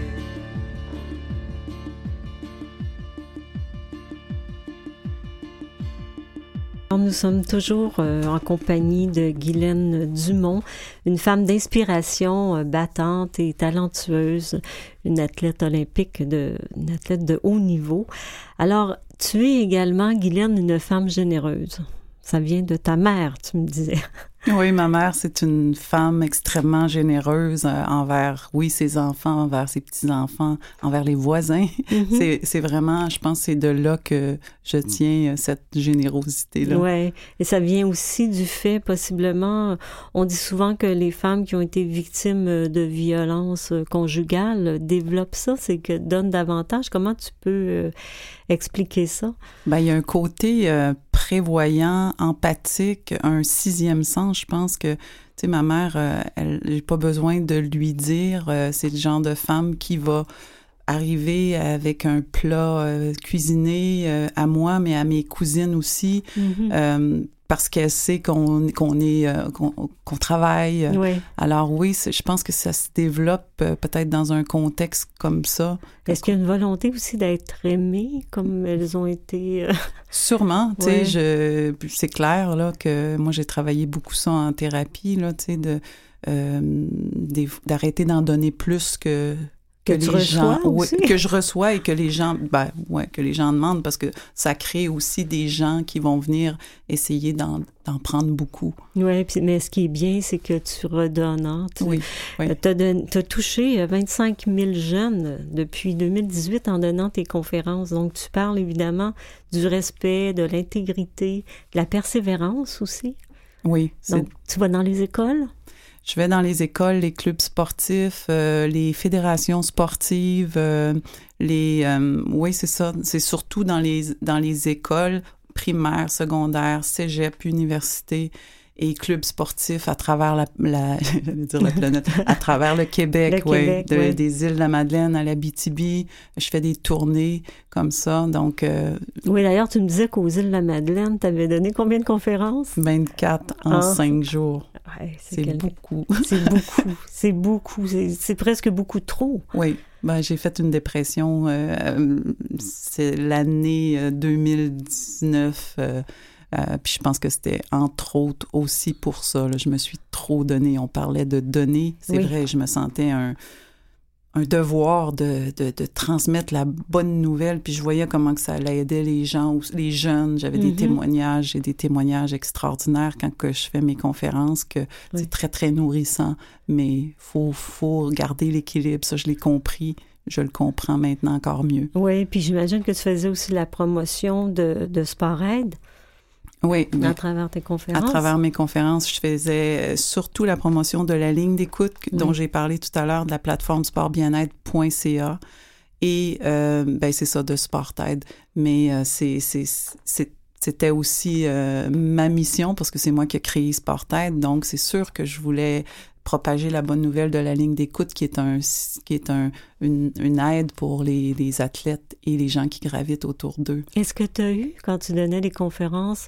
Nous sommes toujours euh, en compagnie de Guylaine Dumont, une femme d'inspiration euh, battante et talentueuse, une athlète olympique, de, une athlète de haut niveau. Alors, tu es également, Guylaine, une femme généreuse. Ça vient de ta mère, tu me disais. Oui, ma mère, c'est une femme extrêmement généreuse euh, envers, oui, ses enfants, envers ses petits-enfants, envers les voisins. Mm-hmm. C'est, c'est vraiment, je pense, c'est de là que je tiens cette générosité-là. Oui, et ça vient aussi du fait, possiblement, on dit souvent que les femmes qui ont été victimes de violences conjugales développent ça, c'est que donnent davantage. Comment tu peux euh, expliquer ça? Ben, il y a un côté euh, prévoyant, empathique, un sixième sens. Je pense que, tu sais, ma mère, euh, elle, j'ai pas besoin de lui dire, euh, c'est le genre de femme qui va arriver avec un plat euh, cuisiné euh, à moi, mais à mes cousines aussi, mm-hmm. euh, parce qu'elle sait qu'on, qu'on est, euh, qu'on, qu'on travaille. Oui. Alors oui, je pense que ça se développe euh, peut-être dans un contexte comme ça. Est-ce qu'il y a une volonté aussi d'être aimée, comme elles ont été... Euh... Sûrement, tu sais, ouais. je, c'est clair, là, que moi, j'ai travaillé beaucoup ça en thérapie, là, tu sais, de, euh, des, d'arrêter d'en donner plus que... Que, que tu les gens, oui, que je reçois et que les gens, ben, ouais, que les gens demandent, parce que ça crée aussi des gens qui vont venir essayer d'en, d'en prendre beaucoup. Oui, mais ce qui est bien, c'est que tu redonnes. Hein, tu oui, oui. as touché vingt-cinq mille jeunes depuis deux mille dix-huit en donnant tes conférences. Donc, tu parles évidemment du respect, de l'intégrité, de la persévérance aussi. Oui. Donc, tu vas dans les écoles? Je vais dans les écoles, les clubs sportifs, euh, les fédérations sportives, euh, les... Euh, oui, c'est ça. C'est surtout dans les, dans les écoles primaires, secondaires, cégep, université. et clubs sportifs à travers la, la j'allais dire la planète, à travers le Québec, le ouais, Québec de, ouais. des îles de la Madeleine à l'Abitibi. Je fais des tournées comme ça, donc... Euh, oui, d'ailleurs, tu me disais qu'aux îles de la Madeleine, tu avais donné combien de conférences? vingt-quatre en cinq ah, jours. Ouais, c'est c'est quel... beaucoup. C'est beaucoup, c'est beaucoup, c'est, c'est presque beaucoup trop. Oui, ben, j'ai fait une dépression, euh, c'est l'année deux mille dix-neuf, euh, euh, puis je pense que c'était entre autres aussi pour ça, là, je me suis trop donnée, on parlait de donner, c'est oui. vrai, je me sentais un, un devoir de, de, de transmettre la bonne nouvelle, puis je voyais comment que ça aidait les gens, les jeunes, j'avais mm-hmm. des témoignages, j'ai des témoignages extraordinaires quand que je fais mes conférences, que oui. c'est très, très nourrissant, mais il faut, faut garder l'équilibre, ça je l'ai compris, je le comprends maintenant encore mieux. Oui, puis j'imagine que tu faisais aussi la promotion de, de SportAid. Oui, à oui. travers tes conférences. À travers mes conférences, je faisais surtout la promotion de la ligne d'écoute oui. dont j'ai parlé tout à l'heure, de la plateforme sport bien être point c a et euh, ben c'est ça, de SportAid. Mais euh, c'est, c'est, c'est, c'était aussi euh, ma mission parce que c'est moi qui ai créé SportAid, donc c'est sûr que je voulais propager la bonne nouvelle de la ligne d'écoute qui est un qui est un une, une aide pour les, les athlètes et les gens qui gravitent autour d'eux. Est-ce que tu as eu, quand tu donnais des conférences,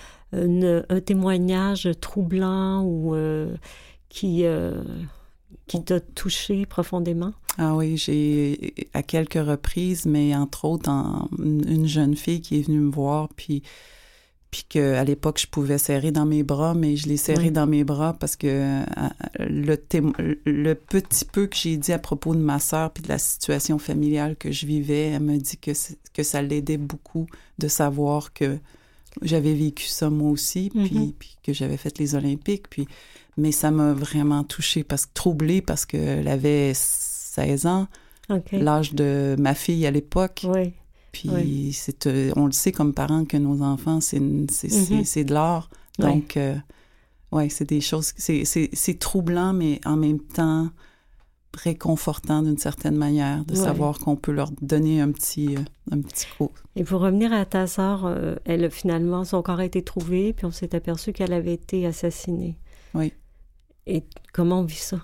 une, un témoignage troublant ou euh, qui, euh, qui t'a touché profondément? Ah oui, j'ai à quelques reprises, mais entre autres en, une jeune fille qui est venue me voir, puis puis qu'à l'époque, je pouvais serrer dans mes bras, mais je l'ai serré oui. dans mes bras parce que euh, le, témo- le petit peu que j'ai dit à propos de ma sœur puis de la situation familiale que je vivais, elle m'a dit que, que ça l'aidait beaucoup de savoir que j'avais vécu ça moi aussi, mm-hmm. puis, puis que j'avais fait les Olympiques, puis mais ça m'a vraiment touchée, parce, troublée parce qu'elle avait seize ans, okay. l'âge de ma fille à l'époque. Oui. Puis oui. c'est, euh, on le sait comme parents que nos enfants, c'est, c'est, mm-hmm. c'est, c'est de l'art. Donc, oui, euh, ouais, c'est des choses... C'est, c'est, c'est troublant, mais en même temps réconfortant d'une certaine manière, de oui. savoir qu'on peut leur donner un petit, euh, un petit coup. Et pour revenir à ta sœur, euh, elle, finalement, son corps a été trouvé, puis on s'est aperçu qu'elle avait été assassinée. Oui. Et comment on vit ça?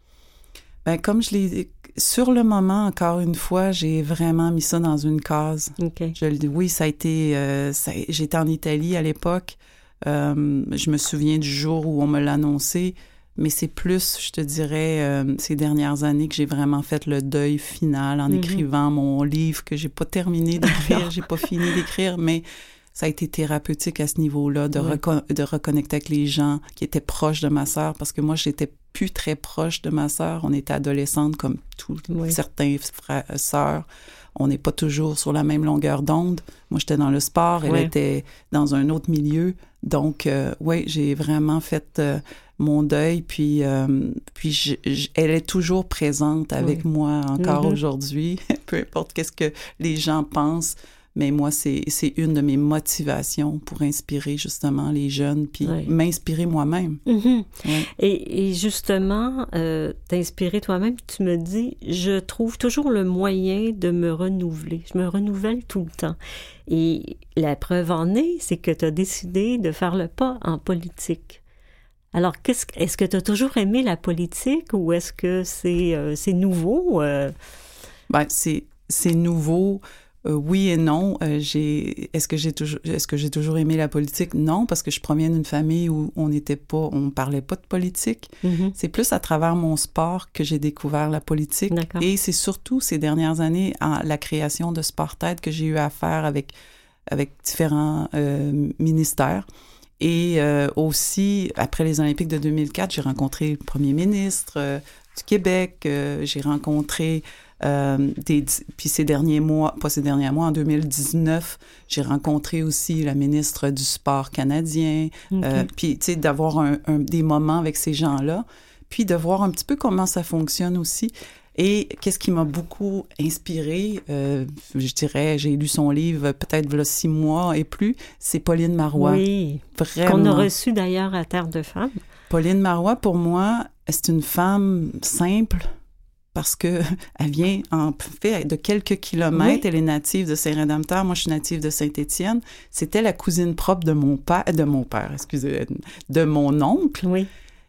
Ben, comme je l'ai... Sur le moment, encore une fois, j'ai vraiment mis ça dans une case. Okay. Je le dis, oui, ça a été... Euh, ça, j'étais en Italie à l'époque. Euh, je me souviens du jour où on me l'a annoncé, mais c'est plus, je te dirais, euh, ces dernières années que j'ai vraiment fait le deuil final en mm-hmm. écrivant mon livre que j'ai pas terminé d'écrire, j'ai pas fini d'écrire, mais ça a été thérapeutique à ce niveau-là, de, oui. reco- de reconnecter avec les gens qui étaient proches de ma sœur, parce que moi, j'étais plus très proche de ma sœur. On était adolescentes comme tous oui. certains frères, sœurs. On n'est pas toujours sur la même longueur d'onde. Moi, j'étais dans le sport, elle oui. était dans un autre milieu. Donc, euh, oui, j'ai vraiment fait euh, mon deuil. Puis, euh, puis je, je, elle est toujours présente avec oui. moi encore mm-hmm. aujourd'hui, peu importe qu'est-ce que les gens pensent. Mais moi, c'est, c'est une de mes motivations pour inspirer justement les jeunes, puis oui. m'inspirer moi-même. Mm-hmm. Oui. Et, et justement, euh, t'inspirer toi-même, tu me dis, je trouve toujours le moyen de me renouveler. Je me renouvelle tout le temps. Et la preuve en est, c'est que tu as décidé de faire le pas en politique. Alors, qu'est-ce, est-ce que tu as toujours aimé la politique ou est-ce que c'est, euh, c'est nouveau? Euh... Ben, c'est, c'est nouveau... Euh, oui et non. Euh, j'ai, est-ce que j'ai toujours, est-ce que j'ai toujours aimé la politique? Non, parce que je proviens d'une famille où on n'était pas, on parlait pas de politique. Mm-hmm. C'est plus à travers mon sport que j'ai découvert la politique. D'accord. Et c'est surtout ces dernières années, en la création de SportAid, que j'ai eu à faire avec, avec différents euh, ministères. Et euh, aussi, après les Olympiques de deux mille quatre, j'ai rencontré le premier ministre euh, du Québec. Euh, j'ai rencontré... Euh, des, puis ces derniers mois, pas ces derniers mois, en deux mille dix-neuf, j'ai rencontré aussi la ministre du sport canadien. Okay. Euh, puis, tu sais, d'avoir un, un, des moments avec ces gens-là, puis de voir un petit peu comment ça fonctionne aussi. Et qu'est-ce qui m'a beaucoup inspirée, euh, je dirais, j'ai lu son livre peut-être il y a six mois et plus, c'est Pauline Marois. Oui, vraiment. Qu'on a reçu d'ailleurs à Terre de Femmes. Pauline Marois, pour moi, c'est une femme simple, parce que elle vient en fait de quelques kilomètres. Oui. Elle est native de Saint-Rédempteur. Moi, je suis native de Saint-Étienne. C'était la cousine propre de mon père, de mon père, excusez, de mon oncle. Oui.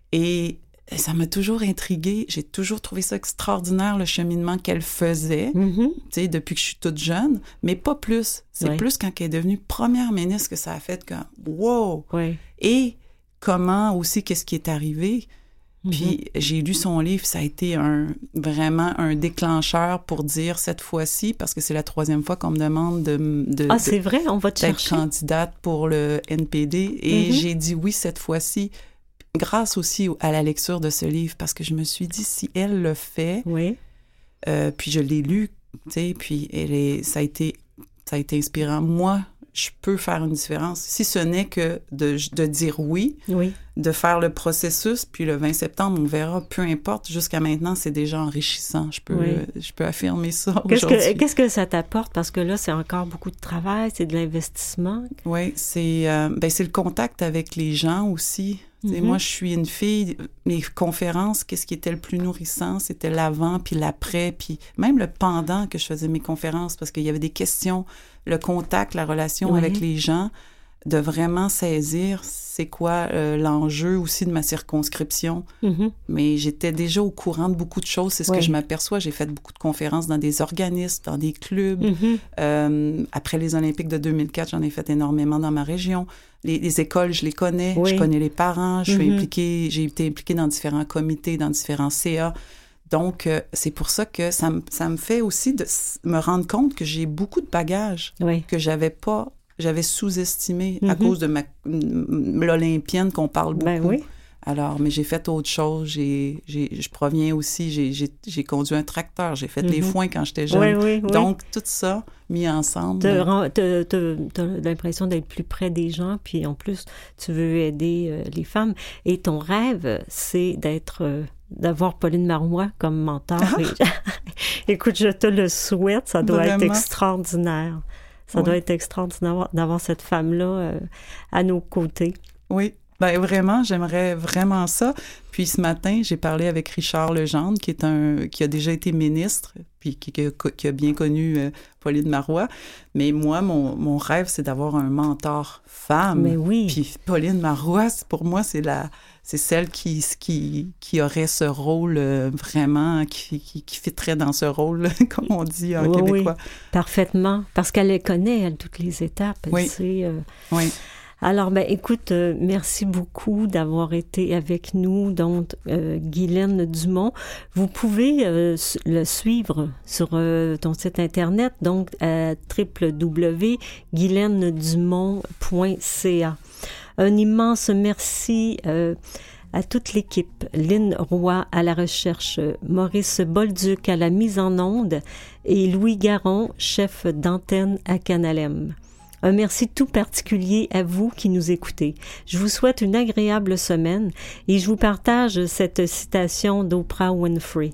Et ça m'a toujours intriguée. J'ai toujours trouvé ça extraordinaire, le cheminement qu'elle faisait, mm-hmm. tu sais, depuis que je suis toute jeune, mais pas plus. C'est oui. plus quand elle est devenue première ministre que ça a fait comme « wow! Oui. » Et comment aussi, qu'est-ce qui est arrivé? Mm-hmm. Puis j'ai lu son livre, ça a été un, vraiment un déclencheur pour dire cette fois-ci, parce que c'est la troisième fois qu'on me demande de, de, ah, de c'est vrai, on va te d'être chercher. candidate pour le N P D. Et mm-hmm. j'ai dit oui cette fois-ci, grâce aussi à la lecture de ce livre, parce que je me suis dit, si elle le fait, oui. euh, puis je l'ai lu, tu sais, puis elle est, ça a été, ça a été inspirant. Moi, je peux faire une différence, si ce n'est que de, de dire oui, oui, de faire le processus, puis le vingt septembre, on verra, peu importe, jusqu'à maintenant, c'est déjà enrichissant. Je peux, oui. euh, je peux affirmer ça qu'est-ce aujourd'hui. Que, qu'est-ce que ça t'apporte? Parce que là, c'est encore beaucoup de travail, c'est de l'investissement. Oui, c'est, euh, ben, c'est le contact avec les gens aussi. Mm-hmm. Moi, je suis une fille, mes conférences, qu'est-ce qui était le plus nourrissant? C'était l'avant, puis l'après, puis même le pendant que je faisais mes conférences, parce qu'il y avait des questions, le contact, la relation oui. avec les gens, de vraiment saisir c'est quoi euh, l'enjeu aussi de ma circonscription. Mm-hmm. Mais j'étais déjà au courant de beaucoup de choses, c'est ce oui. que je m'aperçois. J'ai fait beaucoup de conférences dans des organismes, dans des clubs. Mm-hmm. Euh, après les Olympiques de deux mille quatre, j'en ai fait énormément dans ma région. Les, les écoles, je les connais, oui. je connais les parents, je suis mm-hmm. impliquée, j'ai été impliquée dans différents comités, dans différents C A. Donc, euh, c'est pour ça que ça, m- ça me fait aussi de me rendre compte que j'ai beaucoup de bagages oui. que j'avais pas, j'avais sous-estimé mm-hmm. à cause de ma, l'Olympienne qu'on parle beaucoup. Ben oui. Alors, mais j'ai fait autre chose. J'ai, j'ai, je proviens aussi, j'ai, j'ai, j'ai conduit un tracteur, j'ai fait mm-hmm. les foins quand j'étais jeune. Oui, oui, oui. Donc, tout ça mis ensemble. T'as, t'as, t'as, t'as l'impression d'être plus près des gens, puis en plus, tu veux aider euh, les femmes. Et ton rêve, c'est d'être... Euh, d'avoir Pauline Marois comme mentor. Ah! Et, écoute, je te le souhaite, ça doit Vraiment? être extraordinaire. Ça oui. doit être extraordinaire d'avoir cette femme-là euh, à nos côtés. Oui, bien vraiment, j'aimerais vraiment ça. Puis ce matin, j'ai parlé avec Richard Legendre, qui est un qui a déjà été ministre, puis qui, qui, a, qui a bien connu euh, Pauline Marois. Mais moi, mon, mon rêve, c'est d'avoir un mentor femme. Mais oui. Puis Pauline Marois, pour moi, c'est la... C'est celle qui, qui, qui aurait ce rôle euh, vraiment, qui, qui, qui fitterait dans ce rôle, comme on dit en oui, québécois. Oui, parfaitement, parce qu'elle les connaît, elle, toutes les étapes. Elle oui. sait, euh... oui. Alors, ben, écoute, euh, merci beaucoup d'avoir été avec nous, donc euh, Guylaine Dumont. Vous pouvez euh, le suivre sur euh, ton site Internet, donc à w w w point guylaine dumont point c a. Un immense merci euh, à toute l'équipe. Lynn Roy à la recherche, Maurice Bolduc à la mise en onde et Louis Garon, chef d'antenne à Canalem. Un merci tout particulier à vous qui nous écoutez. Je vous souhaite une agréable semaine et je vous partage cette citation d'Oprah Winfrey.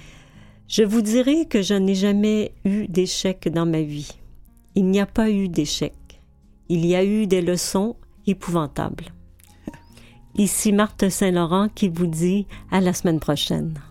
Je vous dirai que je n'ai jamais eu d'échec dans ma vie. Il n'y a pas eu d'échec. Il y a eu des leçons épouvantables. Ici Marthe Saint-Laurent qui vous dit à la semaine prochaine.